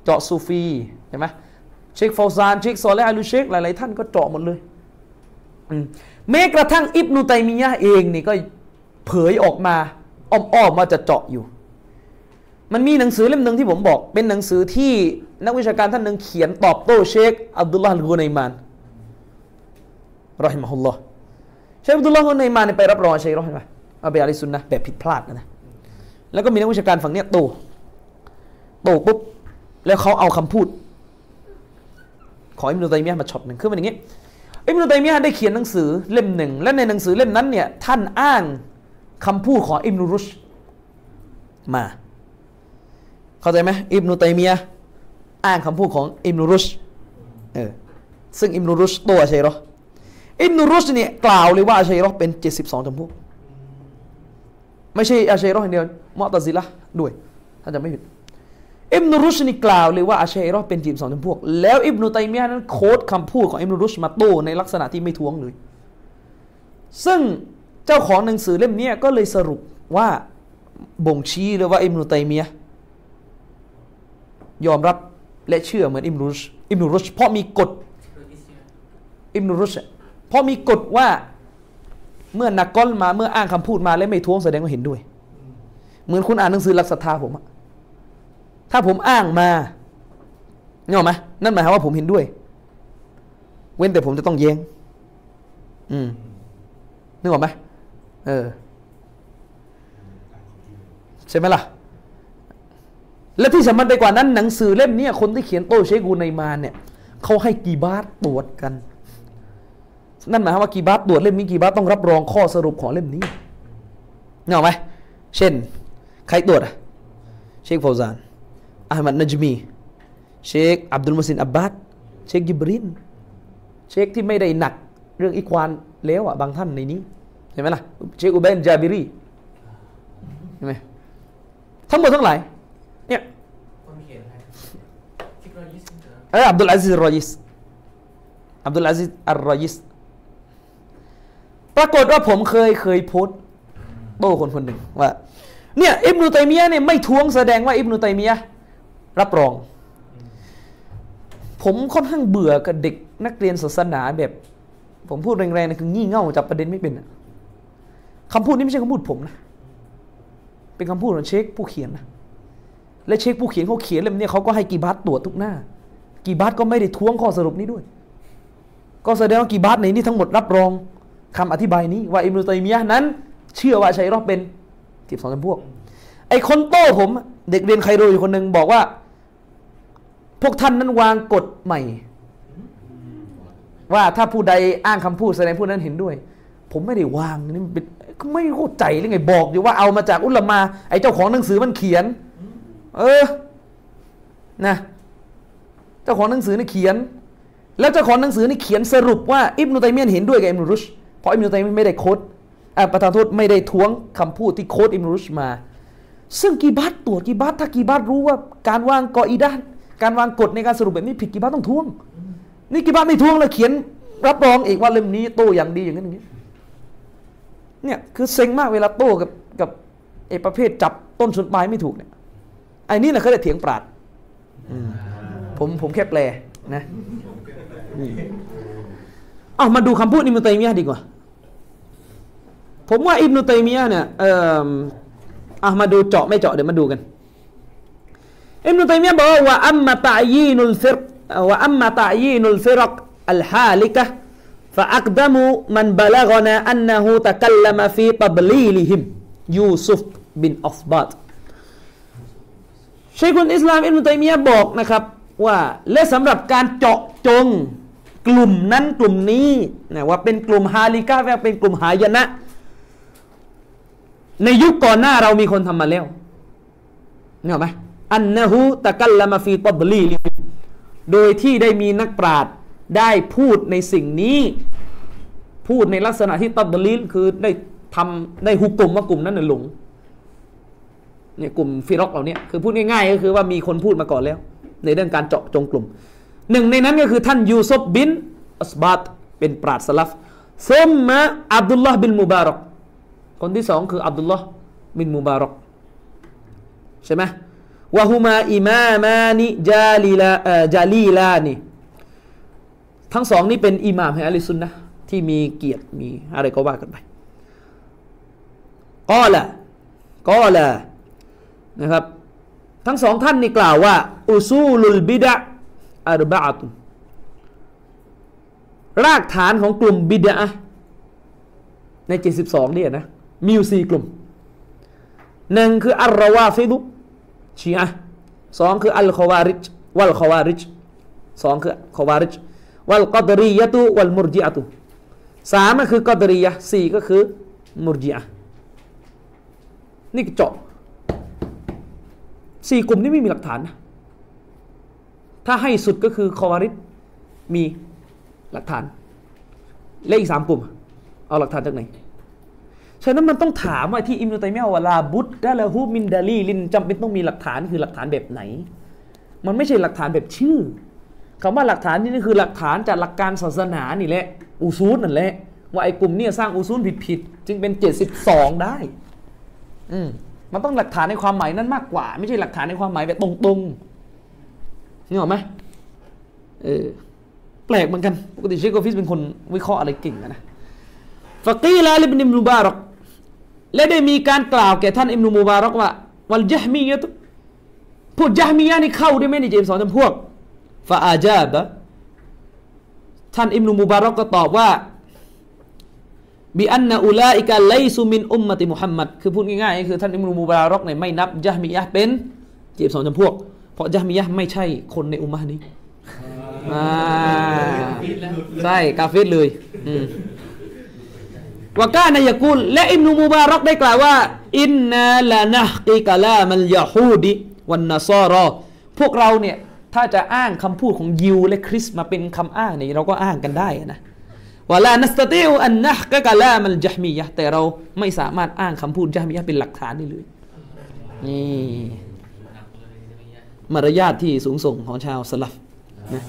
เจาะซูฟีใช่ไหมเชคฟาวซานเชคซอเลห์อัลลูเชคหลายๆท่านก็เจาะหมดเลยแม้กระทั่งอิบนุตัยมียะห์เองนี่ก็เผยออกมาอ้อมๆว่าจะเจาะอยู่มันมีหนังสือเล่มหนึ่งที่ผมบอกเป็นหนังสือที่นักวิชาการท่านหนึ่งเขียนตอบโต้เชคอับดุลลาห์อัลกุนัยมานรอฮิมะฮุลลอฮ์เชคอับดุลลาห์อัลกุนัยมานไปรับรองเชครอฮิมะฮ์เอาไปอะลิซุนนะห์แบบผิดพลาดนะแล้วก็มีนักวิชาการฝั่งเนี้ยโตโตปุ๊บแล้วเขาเอาคำพูดของอิบนุตัยมียะห์มาช็อตหนึ่งคือมันอย่างงี้อิบนุตัยมียะห์ได้เขียนหนังสือเล่มหนึ่งและในหนังสือเล่มนั้นเนี่ยท่านอ้างคำพูดของอิบนุรุชด์มาเข้าใจไหมอิบนุตัยมียะห์อ้างคำพูดของอิบนุรุชด์เออซึ่งอิบนุรุชด์ตัวอัชัยรอห์อิบนุรุชด์เนี่ยกล่าวเลยว่าอัชัยรอห์เป็นเจ็ดสิบสองจำพวกไม่ใช่อัชัยรอห์อย่างเดียวมุอ์ตะซิละห์ด้วยถ้าจำไม่ผิดอิบนุรุชด์นี่กล่าวเลยว่าอัชัยรอห์เป็นเจ็ดสิบสองจำพวกแล้วอิบนุตัยมียะห์นั้นโค้ดคำพูดของอิบนุรุชด์มาโต้ในลักษณะที่ไม่ท้วงเลยซึ่งเจ้าของหนังสือเล่มนี้ก็เลยสรุปว่าบ่งชี้เลยว่าอิบนุตัยมียะห์ยอมรับและเชื่อเหมือนอิบนุรุชด์อิบนุรุชด์เพราะมีกฎอิบนุรุชด์เพราะมีกฎว่าเมื่อนักกอลมาเมื่ออ้างคำพูดมาและไม่ท้วงแสดงว่าเห็นด้วยเหมือนคุณอ่านหนังสือหลักศรัทธาผมอะถ้าผมอ้างมาเนี่ยหรอไหมนั่นหมายความว่าผมเห็นด้วยเว้นแต่ผมจะต้องแย้งอืมนึกออกไหมเออใช่ไหมล่ะและที่สำคัญไปกว่านั้นหนังสือเล่มนี้คนที่เขียนโต้เชคกูไนมานเนี่ยเขาให้กีบาตตรวจกันนั่นหมายความว่ากีบาตตรวจเล่มนี้กีบาตต้องรับรองข้อสรุปของเล่มนี้เห็นไหมเช่นใครตรวจอะเชคฟาวซานอะห์มัดนัจมีเชคอับดุลมุซินอับบาดเชคจิบรินเชคที่ไม่ได้หนักเรื่องอิควานแล้วอะบางท่านในนี้เห็นไหมล่ะเชคอุบัยน์จาบิรีเห็นไหมทั้งหมดทั้งหลายเนี่ยคนเขียนให้คิดรอยิสเอออับดุลอาซิซอัลรอยิสอับดุลอาซิซอัลรอยิสปรากฏว่าผมเคยเคยโพสต์โต้คนคนหนึ่งว่าเนี่ยอิบนุตัยมียะห์เนี่ยไม่ท้วงแสดงว่าอิบนุตัยมียะห์รับรองผมค่อนข้างเบื่อกับเด็กนักเรียนศาสนาแบบผมพูดแรงๆนะคืองี่เง่าจับประเด็นไม่เป็นคำพูดนี้ไม่ใช่คำพูดผมนะเป็นคำพูดของเชคผู้เขียนนะและเชคผู้เขียนเขาเขียนเล่มนี้เขาก็ให้กีบาตตรวจทุกหน้ากีบาตก็ไม่ได้ท้วงข้อสรุปนี้ด้วยก็แสดงว่ากีบาตในนี้ทั้งหมดรับรองคำอธิบายนี้ว่าอิบนุตัยมียะห์นั้นเชื่อว่าชัยรอห์เป็นสิบสองจำพวกไอ้คนโต้ผมเด็กเรียนไคโรอยู่คนหนึ่งบอกว่าพวกท่านนั้นวางกฎใหม่ว่าถ้าผู้ใดอ้างคำพูดแสดงผู้นั้นเห็นด้วยผมไม่ได้วางนี่มันไม่เข้าใจหรือไงบอกอยู่ว่าเอามาจากอุลามะไอ้เจ้าของหนังสือมันเขียนเออนะเจ้าของหนังสือนี่เขียนแล้วเจ้าของหนังสือนี่เขียนสรุปว่าอิบนุตัยมียะห์เห็นด้วยกับอิบนุรุชด์เพราะอิบนุตัยมียะห์ไม่ได้โค้ดอ่าประธานโทษไม่ได้ท้วงคำพูดที่โค้ดอิบนุรุชด์มาซึ่งกีบาตตรวจกีบาตถ้ากีบาตรู้ว่าการวางกออิดะห์การวางกฎในการสรุปแบบนี้ผิดกีบาตต้องท้วงนี่กีบาตไม่ท้วงแล้วเขียนรับรองอีกว่าเล่มนี้โต้อย่างดีอย่างนั้นอย่างนี้เนี่ยคือเซ็งมากเวลาโต้กับกับไอ้ประเภทจับต้นชนปลายไม่ถูกเนี่ยไอ้นี่นะเขาเรียกเถียงปราชญ์ผมผมแค่แปลนะเอามาดูคำพูดอิบนุตัยมียะห์ดีกว่าผมว่าอิบนุตัยมียะห์เนี่ยเอ่ออ่ะมาดูเจาะไม่เจาะเดี๋ยวมาดูกันอิบนุตัยมียะห์บอกว่าอัมมาตะยีนุลฟิรว่าอัมมาตะยีนุลฟิรกอัลฮาลิกะفأقدم من بلغنا أنه تكلم في تضليلهم يوسف بن أصباط ชัยคุลอิสลามอิบนุตัยมียะห์บอกนะครับว่าและสำหรับการเจาะจงกลุ่มนั้นกลุ่มนี้นะว่าเป็นกลุ่มฮาลิกะว่าเป็นกลุ่มหายนะในยุคก่อนหน้าเรามีคนทำมาแล้วนี่เห็นไหมอันนะฮูตะกัลละมาฟีตัดลีโดยที่ได้มีนักปราชญ์ได้พูดในสิ่งนี้พูดในลักษณะที่ตัดลีคือได้ทำได้ฮุกกลมว่ากลุ่มนั้นน่ะหลงเนี่ยกลุ่มฟิรอกเราเนี่ยคือพูดง่ายๆก็คือว่ามีคนพูดมาก่อนแล้วในเรื่องการเจาะจงกลุ่มหนึ่งในนั้นก็คือท่านยูซุฟบินอัสบาตเป็นปราชญ์สลัฟซุมมะอับดุลลอฮ์บินมุบารอกคนที่สองคืออับดุลลอฮ์บินมุบารอกใช่ไหมวะฮุมาอิมามานิจาลีลาเอ่อจาลีลานีทั้งสองนี้เป็นอิหม่ามแห่งอะห์ลุสซุนนะห์ที่มีเกียรติมีอะไรก็ว่ากันไปกอละกอละนะครับทั้งสองท่านนี่กล่าวว่าอุซูลุลบิดะอัรบะอะตุนรากฐานของกลุ่มบิดอะห์ในเจ็ดสิบสองเนี่ยนะมีอยู่สี่กลุ่มหนึ่งคืออัลรอวาฟิดุชีอะห์สองคืออัลคอวาริจวัลคอวาริจสองคือคอวาริจวัลกอดรียะตุวัลมุรจิอะตุสามก็คือกอดรียะห์สี่ก็คือมุรจิอะห์นี่เจาะสี่กลุ่มนี้ไม่มีหลักฐานนะถ้าให้สุดก็คือคอวาริจมีหลักฐานและอีกสามกลุ่มเอาหลักฐานจากไหนฉะนั้นมันต้องถามว่าที่อิมนุตัยมียะห์วะลาบุตดะละฮูมินดาลีลินจำเป็นต้องมีหลักฐานคือหลักฐานแบบไหนมันไม่ใช่หลักฐานแบบชื่อคำว่าหลักฐานนี่คือหลักฐานจากหลักการศาสนานี่แหละอุซูลนั่นแหละว่าไอ้กลุ่มนี้สร้างอุซูลผิดๆจึงเป็นเจ็ดสิบสองได้อืมมันต้องหลักฐานในความหมายนั้นมากกว่าไม่ใช่หลักฐานในความหมายแบบตรงๆนี่หรอไหมเออแปลกเหมือนกันปกติเชคกอฟิสเป็นคนวิเคราะห์อะไรเก่งนะฟะกีลาลิบนิมุบารักและได้มีการกล่าวแก่ท่านอิบนุมุบารักว่าวัลญะฮ์มียะตุพวกญะฮ์มียะห์นี่เข้าได้ไหมในเจมส์สองจำพวกฟะอาจาบะท่านอิบนุมุบารักก็ตอบว่าบิอันนะอุลาอิกะไลซุมินอุมมะติมุฮัมมัดคือพูดง่ายๆคือท่านอิบนุมุบารักเนี่ยไม่นับญะฮ์มียะห์เป็นเจมส์สองจำพวกเพราะญะฮ์มียะห์ไม่ใช่คนในอุมมะห์นี้อ่าใช่กาเฟรเลยอืมวะกานยะกูลและอิบนุมุบารักได้กล่าวว่าอินนาละนะฮกิกะลามัลยะฮูดิวันนะซอรอพวกเราเนี่ยถ้าจะอ้างคำพูดของยิวและคริสต์มาเป็นคำอ้างเนี่ยเราก็อ้างกันได้นะวะลานัสตะติอุอันนะฮกะกะลามัลญะฮมียะห์แต่เราไม่สามารถอ้างคำพูดญะฮมียะห์เป็นหลักฐานได้เลยนี่มารยาทที่สูงส่งของชาวสลัฟนะ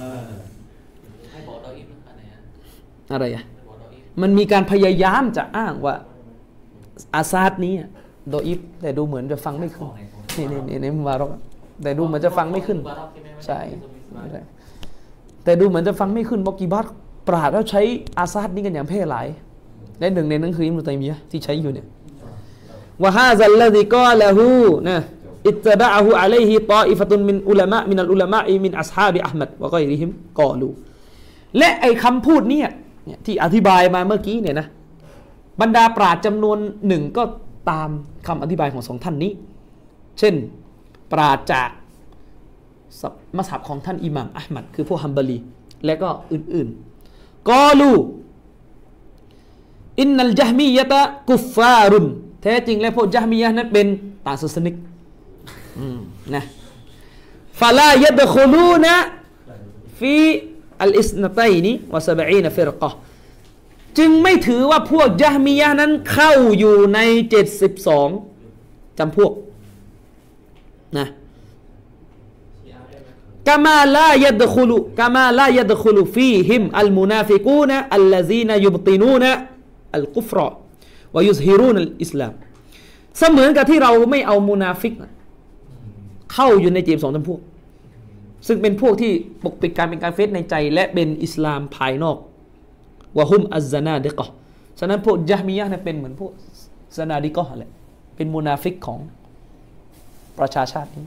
อะไรอ่ะมันมีการพยายามจะอ้างว่าอาซาดนี้โดอิฟแต่ดูเหมือนจะฟังไม่ขึ้นนี่นี่นี่ในมุบารักแต่ดูเหมือนจะฟังไม่ขึ้นใช่แต่ดูเหมือนจะฟังไม่ขึ้นบอกกีบัตปราดแล้วใช้อาซาดนี้กันอย่างแพร่หลายและหนึ่งในนั้นคืออิบนุตัยมียะห์ที่ใช้อยู่เนี่ยวะฮาซัลลซีกอละฮูนะอิตตะบะอะฮูอะลัยฮิฏออิฟะตุนมินอุลามะมินัลอุลามะมินอัศฮาบิอะห์มัดวะกอยริฮิมกอลูและไอ้คำพูดนี้เนี่ยที่อธิบายมาเมื่อกี้เนี่ยนะบรรดาปราชญ์จำนวนหนึ่งก็ตามคำอธิบายของสองท่านนี้เช่นปราชญ์จากมัซฮับของท่านอิหม่ามอะห์มัดคือพวกฮัมบารีและก็อื่นๆกอลูอินนัลญะฮมียะตะกุฟฟารุนแท้จริงแล้วพวกญะฮมียะห์นั้นเป็นต่างศาสนิกนะฟะลายัดคุลูนะฟีอัลอิสนะตัยนีวะซะบะอีนฟิรกะห์จึงไม่ถือว่าพวกญะฮมียะห์นั้นเข้าอยู่ในเจ็ดสิบสองจำพวกนะกะมาลายัดคุลุกะมาลายัดคุลุฟีฮิมอัลมุนาฟิกูนะอัลลซีนะยุบตินูนะอัลกุฟรอวะยุซฮิรูนอัลอิสลามเสมือนกับที่เราไม่เอามุนาฟิกเข้าอยู่ในเจมส์สองจำพวกซึ่งเป็นพวกที่ปกปิดการเป็นการเฟซในใจและเป็นอิสลามภายนอกวะฮุมอัซซานาดิกะห์ฉะนั้นพวกญะฮมียะห์เนี่ยเป็นเหมือนพวกซานาดิกะห์แหละเป็นมุนาฟิกของประชาชาตินี้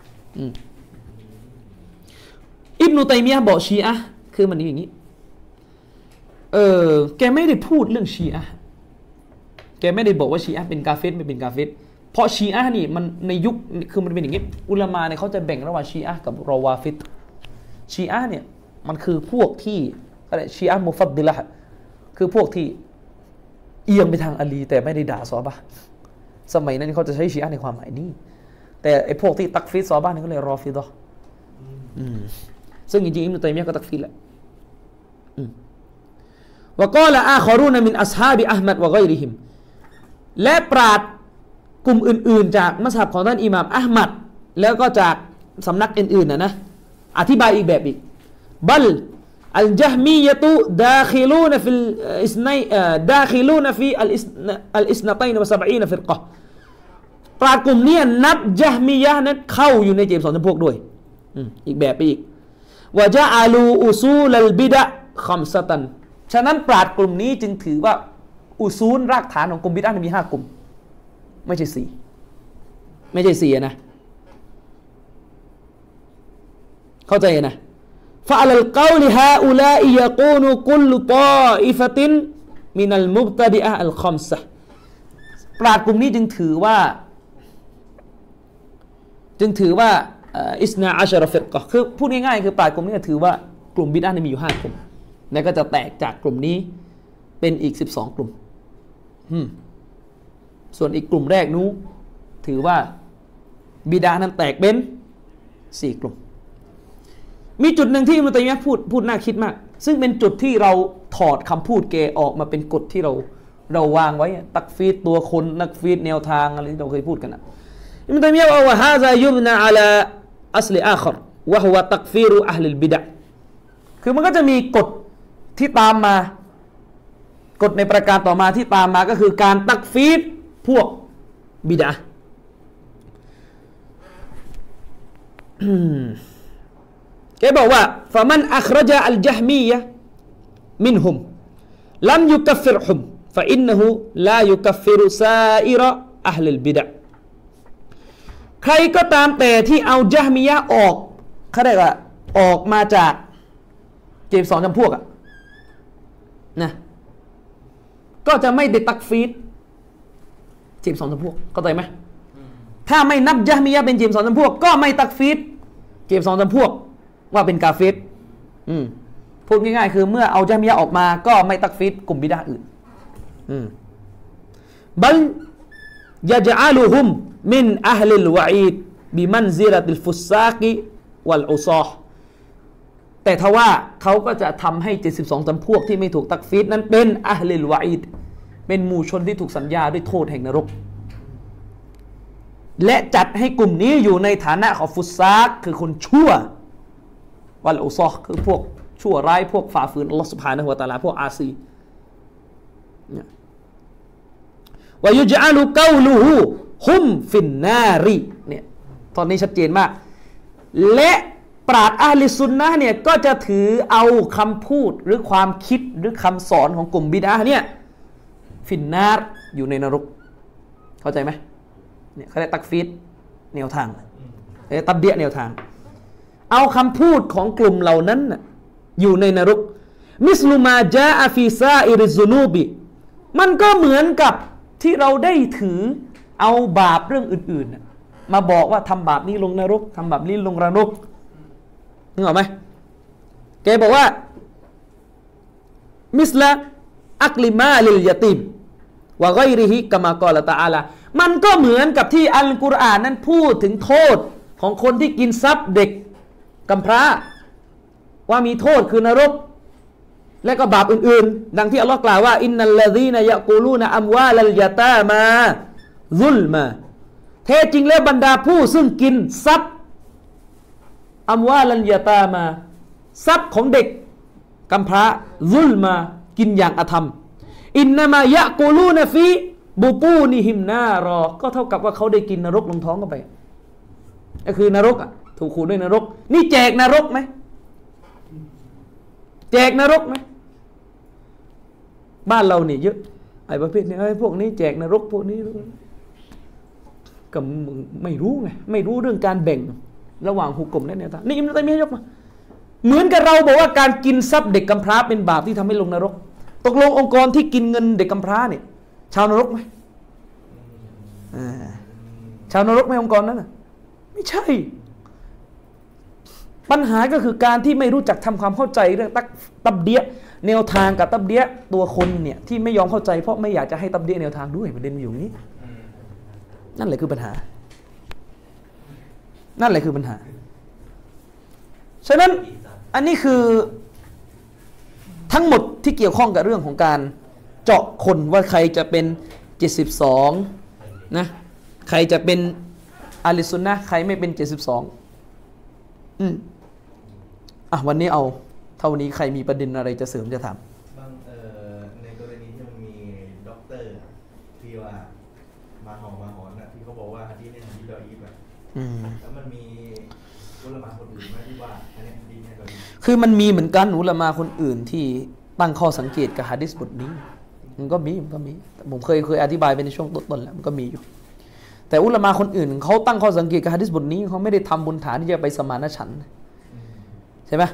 อิบนุตัยมียะห์บอกชีอะห์คือมันอย่างนี้เออแกไม่ได้พูดเรื่องชีอะห์แกไม่ได้บอกว่าชีอะห์เป็นกาเฟรไม่เป็นกาเฟรเพราะชีอะห์นี่มันในยุคคือมันเป็นอย่างนี้อุลามะเนี่ยเขาจะแบ่งระหว่างชีอะห์กับรอวาฟิดชีอะห์เนี่ยมันคือพวกที่อะไรชีอะห์มุฟัดดิละห์คือพวกที่เอียงไปทางอาลีแต่ไม่ได้ด่าซอฮาบะห์สมัยนั้นเขาจะใช้ชีอะห์ในความหมายนี้แต่ไอ้พวกที่ตักฟีรซอฮาบะห์นี่ก็เลยรอฟิดะห์อืมซึ่งจริงๆอิบนุตัยมียะห์ก็ตักฟีรแหละอืมวะกอละอาคอรูนมินอัศฮาบิอะห์มัดวะฆอยริฮิมและปราชญ์กลุ่มอื่นๆจากมัซฮับของท่านอิหม่ามอะห์มัดแล้วก็จากสำนักอื่นๆนะนะอธิบายอีกแบบอีกบัลอัลญะฮมียะตุดาคิลูนฟิลอิสนัยดาคิลูนฟีอัลอิสอัลอิสนะตัยนวะซะบะอีนฟิรกะห์ปราชญ์กลุ่มนี้นับยะฮ์มียะห์นั้นเข้าอยู่ในเจมส์สองจำพวกด้วยอีกแบบไปอีกวะจาอาลูอุซูลัลบิดะคัมซะตันฉะนั้นปราชญ์กลุ่มนี้จึงถือว่าอุซูลรากฐานของกลุ่มบิดอะห์มีห้ากลุ่มไม่ใช่สี่ไม่ใช่สี่นะเข้าใจนะฟะอัลกอลิฮาอุลาอิยะกูนุกุลตออิฟะตินมินัลมุบตะดิอะฮ์อัลคัมซะปราชญ์กลุ่มนี้จึงถือว่าจึงถือว่าอิสนาอัชรฟิรกะห์คือพูดง่ายๆคือปราชญ์กลุ่มนี้ถือว่ากลุ่มบิดอะห์มีอยู่ห้ากลุ่มแล้วก็จะแตกจากกลุ่มนี้เป็นอีกสิบสองกลุ่มส่วนอีกกลุ่มแรกนู้ถือว่าบิดอะห์นั้นแตกเป็นสี่กลุ่มมีจุดหนึ่งที่อิบนุตัยมียะห์พูดพูดน่าคิดมากซึ่งเป็นจุดที่เราถอดคำพูดแกออกมาเป็นกฎที่เราเราวางไว้ตักฟีดตัวคนนักฟีดแนวทางอะไรที่เราเคยพูดกันนะอิบนุตัยมียะห์บอกว่าฮาซายุบนะอะลาอัสลิอาครวะฮุวะตักฟีรุอะห์ลิลบิดะห์คือมันก็จะมีกฎที่ตามมากฎในประการต่อมาที่ตามมาก็คือการตักฟีดพวกบิดะห์แกบอกว่าฟะมันอัครจาอัลญะฮ์มียะห์มินฮุมลัมยุกัฟฟิรฮุมฟะอินนะฮูลายุกัฟฟิรุซาอิรอะห์ลิลบิดะห์ใครก็ตามแต่ที่เอาญะฮ์มียะห์ออกเขาเรียกว่าออกมาจากเจมส์สองจำพวกอะนะก็จะไม่ได้ตักฟีดเจมส์สองจำพวกเข้าใจไหมถ้าไม่นับญะฮ์มียะห์เป็นเจมส์สองจำพวกก็ไม่ตักฟีดเจมส์สองจำพวกว่าเป็นกาเฟรอืมพูดง่ายๆคือเมื่อเอาญะฮ์มียะห์ออกมาก็ไม่ตักฟีดกลุ่มบิดอะห์อื่นอืมบัลยะจอะลุฮุมมินอะห์ลิลวะอีดบิมันซิละติลฟุสซากิวัลอุซอฮ์แต่ทว่าเขาก็จะทำให้เจ็ดสิบสองจำพวกที่ไม่ถูกตักฟีดนั้นเป็นอะห์ลิลวะอีดเป็นหมู่ชนที่ถูกสัญญาด้วยโทษแห่งนรกและจัดให้กลุ่มนี้อยู่ในฐานะของฟุสซากคือคนชั่ววัลอุซอฮ์คือพวกชั่วร้ายพวกฝ่าฝืนอัลลอฮฺซุบฮานะฮูวะตะอาลาพวกอาซีเนี่ยวะยุจอะลุกอลุฮูฮุมฟินนาริเนี่ยตอนนี้ชัดเจนมากและปราชญ์อะห์ลิสซุนนะห์เนี่ยก็จะถือเอาคำพูดหรือความคิดหรือคำสอนของกลุ่มบิดอะห์เนี่ยฟินนารอยู่ในนรกเข้าใจไหมเนี่ยเขาเรียกตักฟีดแนวทางเอ้ตับเดียแนวทางเอาคำพูดของกลุ่มเหล่านั้นอยู่ในนรกมิสลุมาจาอะฟีซาอิริซุนูบิมันก็เหมือนกับที่เราได้ถือเอาบาปเรื่องอื่นๆมาบอกว่าทำบาปนี้ลงนรกทำบาปนี้ลงนรกนึกออกไหมแกบอกว่ามิสละอักลิมาลิลยะตีมวะฆอยริฮิกะมากอละตะอาลามันก็เหมือนกับที่อัลกุรอานนั้นพูดถึงโทษของคนที่กินทรัพย์เด็กกำพร้าว่ามีโทษคือนรกและก็บาปอื่นๆดังที่อัลลอฮ์กล่าวว่าอินนัลลซีนะยะกูลูนะอัมวาลัลยะตามาซุลมาแท้จริงแล้วบรรดาผู้ซึ่งกินทรัพย์อัมวาลัลยะตามาทรัพย์ของเด็กกำพร้าซุลมากินอย่างอธรรมอินนามายะกูลูนะฟีบุตูนิฮิมนารอก็เท่ากับว่าเขาได้กินนรกลงท้องเข้าไปก็คือนรกอ่ะถูกขูดด้วยนรกนี่แจกนรกไหมแจกนรกไหมบ้านเราเนี่ยเยอะไอ้ประเภทนี้ไอ้พวกนี้แจกนรกพวกนี้ก็ไม่รู้ไงไม่รู้เรื่องการแบ่งระหว่างหุกกลมและแนวทางนี่อิบนุตัยมียะห์ยกมาเหมือนกับเราบอกว่าการกินทรัพย์เด็กกำพร้าเป็นบาปที่ทำให้ลงนรกตกลงองค์กรที่กินเงินเด็กกำพร้าเนี่ยชาวนรกไหมชาวนรกไหมองค์กรนั้นน่ะไม่ใช่ปัญหาก็คือการที่ไม่รู้จักทำความเข้าใจเรื่องตักตับเดียแนวทางกับตับเดียตัวคนเนี่ยที่ไม่ยอมเข้าใจเพราะไม่อยากจะให้ตับเดียแนวทางด้วยประเด็นอยู่นี้นั่นแหละคือปัญหานั่นแหละคือปัญหาฉะนั้นอันนี้คือทั้งหมดที่เกี่ยวข้องกับเรื่องของการเจาะคนว่าใครจะเป็นเจ็ดสิบสองนะใครจะเป็นอะห์ลิสซุนนะห์ใครไม่เป็นเจ็ดสิบสองอืมอ่ะวันนี้เอาเท่านี้ใครมีประเด็นอะไรจะเสริมจะถามบางเอ่อในกรณีที่มันมีด็อกเตอร์ที่ว่ามาหอมาหอนนะที่เขาบอกว่าฮอืมแล้วมันมีอุลามะคนอื่นไหมที่ว่าอันเนี้ยดีเนี่ยก็ดีคือมันมีเหมือนกันอุลามะคนอื่นที่ตั้งข้อสังเกตกับหะดีษบทนี้มันก็มีมันก็มีผมเคยเคยอธิบายไปในช่วงต้นๆแล้วมันก็มีอยู่แต่อุลามะคนอื่นเขาตั้งข้อสังเกตกับหะดีษบทนี้เขาไม่ได้ทำบนฐานที่จะไปสมานฉันท์ใช่ไหม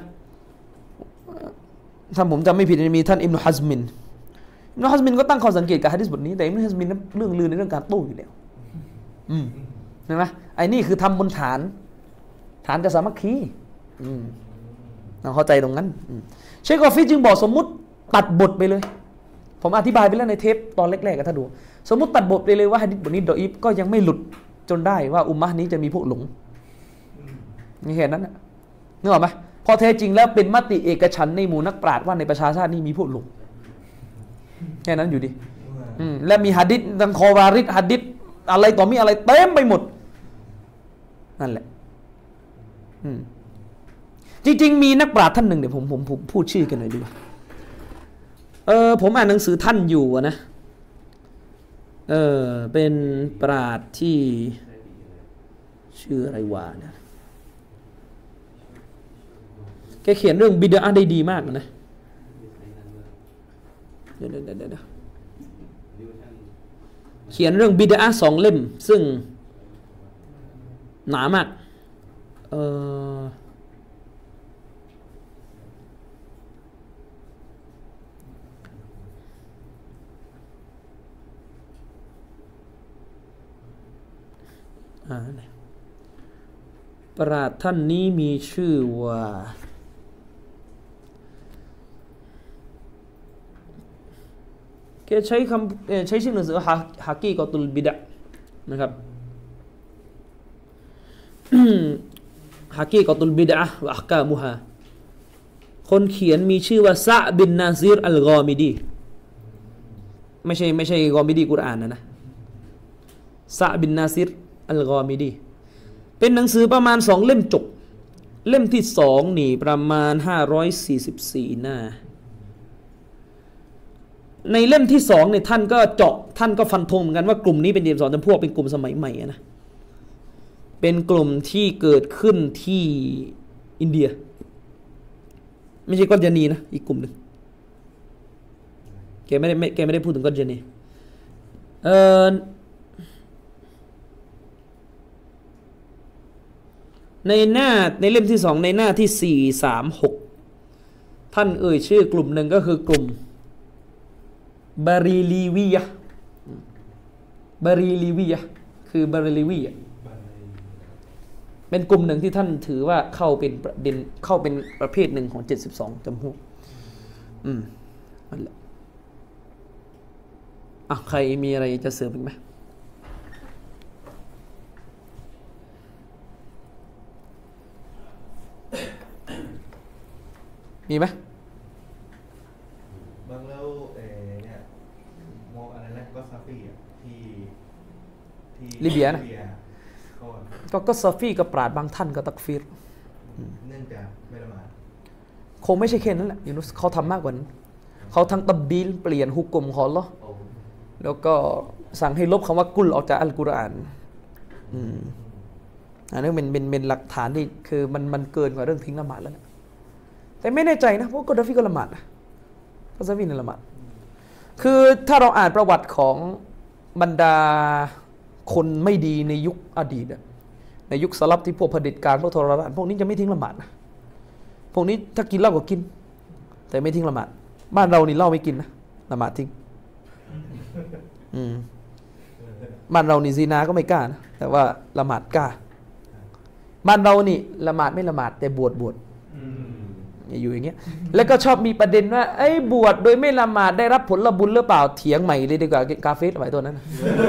ถ้าผมจำไม่ผิดจะมีท่านอิบนุฮัซมินอิบนุฮัซมินก็ตั้งข้อสังเกตกับหะดีษบทนี้แต่อิบนุฮัซมินนั้นเรื่องลือในเรื่องการโต้อยู่แล้วอืมเห็นไหมไอ้นี่คือทำบนฐานฐานจะสามัคคีอืมเราเข้าใจตรงนั้นเชคกอฟิจึงบอกสมมุติตัดบทไปเลยผมอธิบายไปแล้วในเทปตอนแรกๆกันถ้าดูสมมุติตัดบทไปเลยว่าหะดีษบทนี้ดออีฟก็ยังไม่หลุดจนได้ว่าอุมมะห์นี้จะมีพวกหลงนี่แค่นั้นนะนึกออกไหมพอแท้จริงแล้วเป็นมติเอกฉันท์ในหมู่นักปราชญ์ว่าในประชาชาตินี้มีพวกหลงแค่นั้นอยู่ดิและมีหะดีษดังคอวาริดหะดีษอะไรต่อมีอะไรเต็มไปหมดนั่นแหละจริงๆมีนักปราชญ์ท่านหนึ่งเดี๋ยวผมผมผมพูดชื่อกันหน่อยดีกว่าเออผมอ่านหนังสือท่านอยู่นะเออเป็นปราชญ์ที่ชื่ออะไรวะเนี่ยแกเขียนเรื่องบิดอะห์ได้ดีมากนะเดี๋ยวเดี๋ยวเดี๋ยวเขียนเรื่องบิดอะห์สองเล่มซึ่งหนามากเออปราชญ์ท่านนี้มีชื่อว่าแกใช้คำใช้ชื่อหนังสือฮากีกอตุลบิดะห์นะครับฮากีกอตุลบิดะห์วะอะห์กามุฮาคนเขียนมีชื่อว่าซะบินนาซิรอัลกอมิดีไม่ใช่ไม่ใช่กอมิดีกุรอานนะนะซะบินนาซิรอัลกอมิดีเป็นหนังสือประมาณสองเล่มจบเล่มที่สองนี่ประมาณห้าร้อยสี่สิบสี่หน้าในเล่มที่สองเนี่ยท่านก็เจาะท่านก็ฟันธงเหมือนกันว่ากลุ่มนี้เป็นเดียมสอนจำพวกเป็นกลุ่มสมัยใหม่นะเป็นกลุ่มที่เกิดขึ้นที่อินเดียไม่ใช่กอฎยานีนะอีกกลุ่มหนึ่งแกไม่ได้แกไม่ได้พูดถึงกอฎยานีเอ่อในหน้าในเล่มที่สองในหน้าที่สี่สามหกท่านเอ่ยชื่อกลุ่มหนึ่งก็คือกลุ่มบารีลีวียะบารีลีวียะคือบารีลีวียะเป็นกลุ่มหนึ่งที่ท่านถือว่าเข้าเป็นประเด็นเข้าเป็นประเภทหนึ่งของเจ็ดสิบสองจำพวกอืมนั่นแหละอ่ะใครมีอะไรจะเสริมอีกไหมมีไหมบางแล้วเออเนี่ยโมอะไรนะก็ซาฟีอ่ะที่ที่ลิเบียนะก็ก็ก็ซาฟีกับปราชญ์บางท่านก็ตักฟีรเนื่องจากไม่ละหมาดคงไม่ใช่แค่นั้นแหละยูนุสเขาทำมากกว่านั้นเขาทั้งตับบีลเปลี่ยนฮุกกลมของอัลเลาะห์แล้วก็สั่งให้ลบคำว่ากุลออกจากอัลกุรอานอืมอันนี้เป็นเป็นเป็นหลักฐานที่คือมันมันเกินกว่าเรื่องทิ้งละหมาดแล้วนะแต่ไม่แน่ใจนะเพราะกอฎาฟีก็ละหมาดนะกอฎาฟีนี่ละหมาดคือถ้าเราอ่านประวัติของบรรดาคนไม่ดีในยุคอดีตในยุคสลับที่พวกเผด็จการพวกทรราชพวกนี้จะไม่ทิ้งละหมาดนะพวกนี้ถ้ากินเหล้าก็กินแต่ไม่ทิ้งละหมาดบ้านเรานี่เหล้าไม่กินนะละหมาดทิ้งอืมบ้านเรานี่ซีนาก็ไม่กล้านะแต่ว่าละหมาดกล้าบ้านเรานี่ละหมาดไม่ละหมาดแต่บวชบวชอยู่อย่างเงี้ยแล้วก็ชอบมีประเด็นว่าไอ้บวชโดยไม่ละหมาดได้รับผลบุญหรือเปล่าเถียงใหม่เลยดีกว่ากาเฟสอะไรตัวนั้น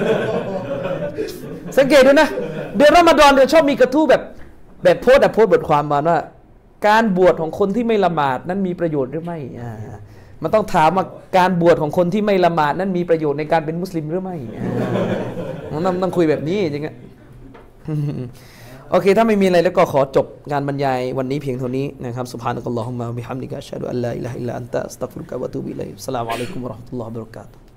สังเกตดูนะเดือนรอมฎอนเนี่ยชอบมีกระทู้แบบแบบโพสต์แบบโพสต์บทความมาว่าการบวชของคนที่ไม่ละหมาดนั้นมีประโยชน์หรือไม่อ่ามันต้องถามว่าการบวชของคนที่ไม่ละหมาดนั้นมีประโยชน์ในการเป็นมุสลิมหรือไม่ต้องต้องคุยแบบนี้จริงๆโอเคถ้าไม่มีอะไรแล้วก็ขอจบงานบรรยายวันนี้เพียงเท่านี้นะครับซุบฮานะกัลลอฮุมมะบิฮัมดิกะอัชฮะดุอัลลาอิลาฮะอิลลัลลอฮ์อันตะอัสตัฆฟิรุกะวะอะตูบิอิลัยฮิสสลามุอะลัยกุมวะเราะห์มะตุลลอฮิวะบะเราะกาตุฮ์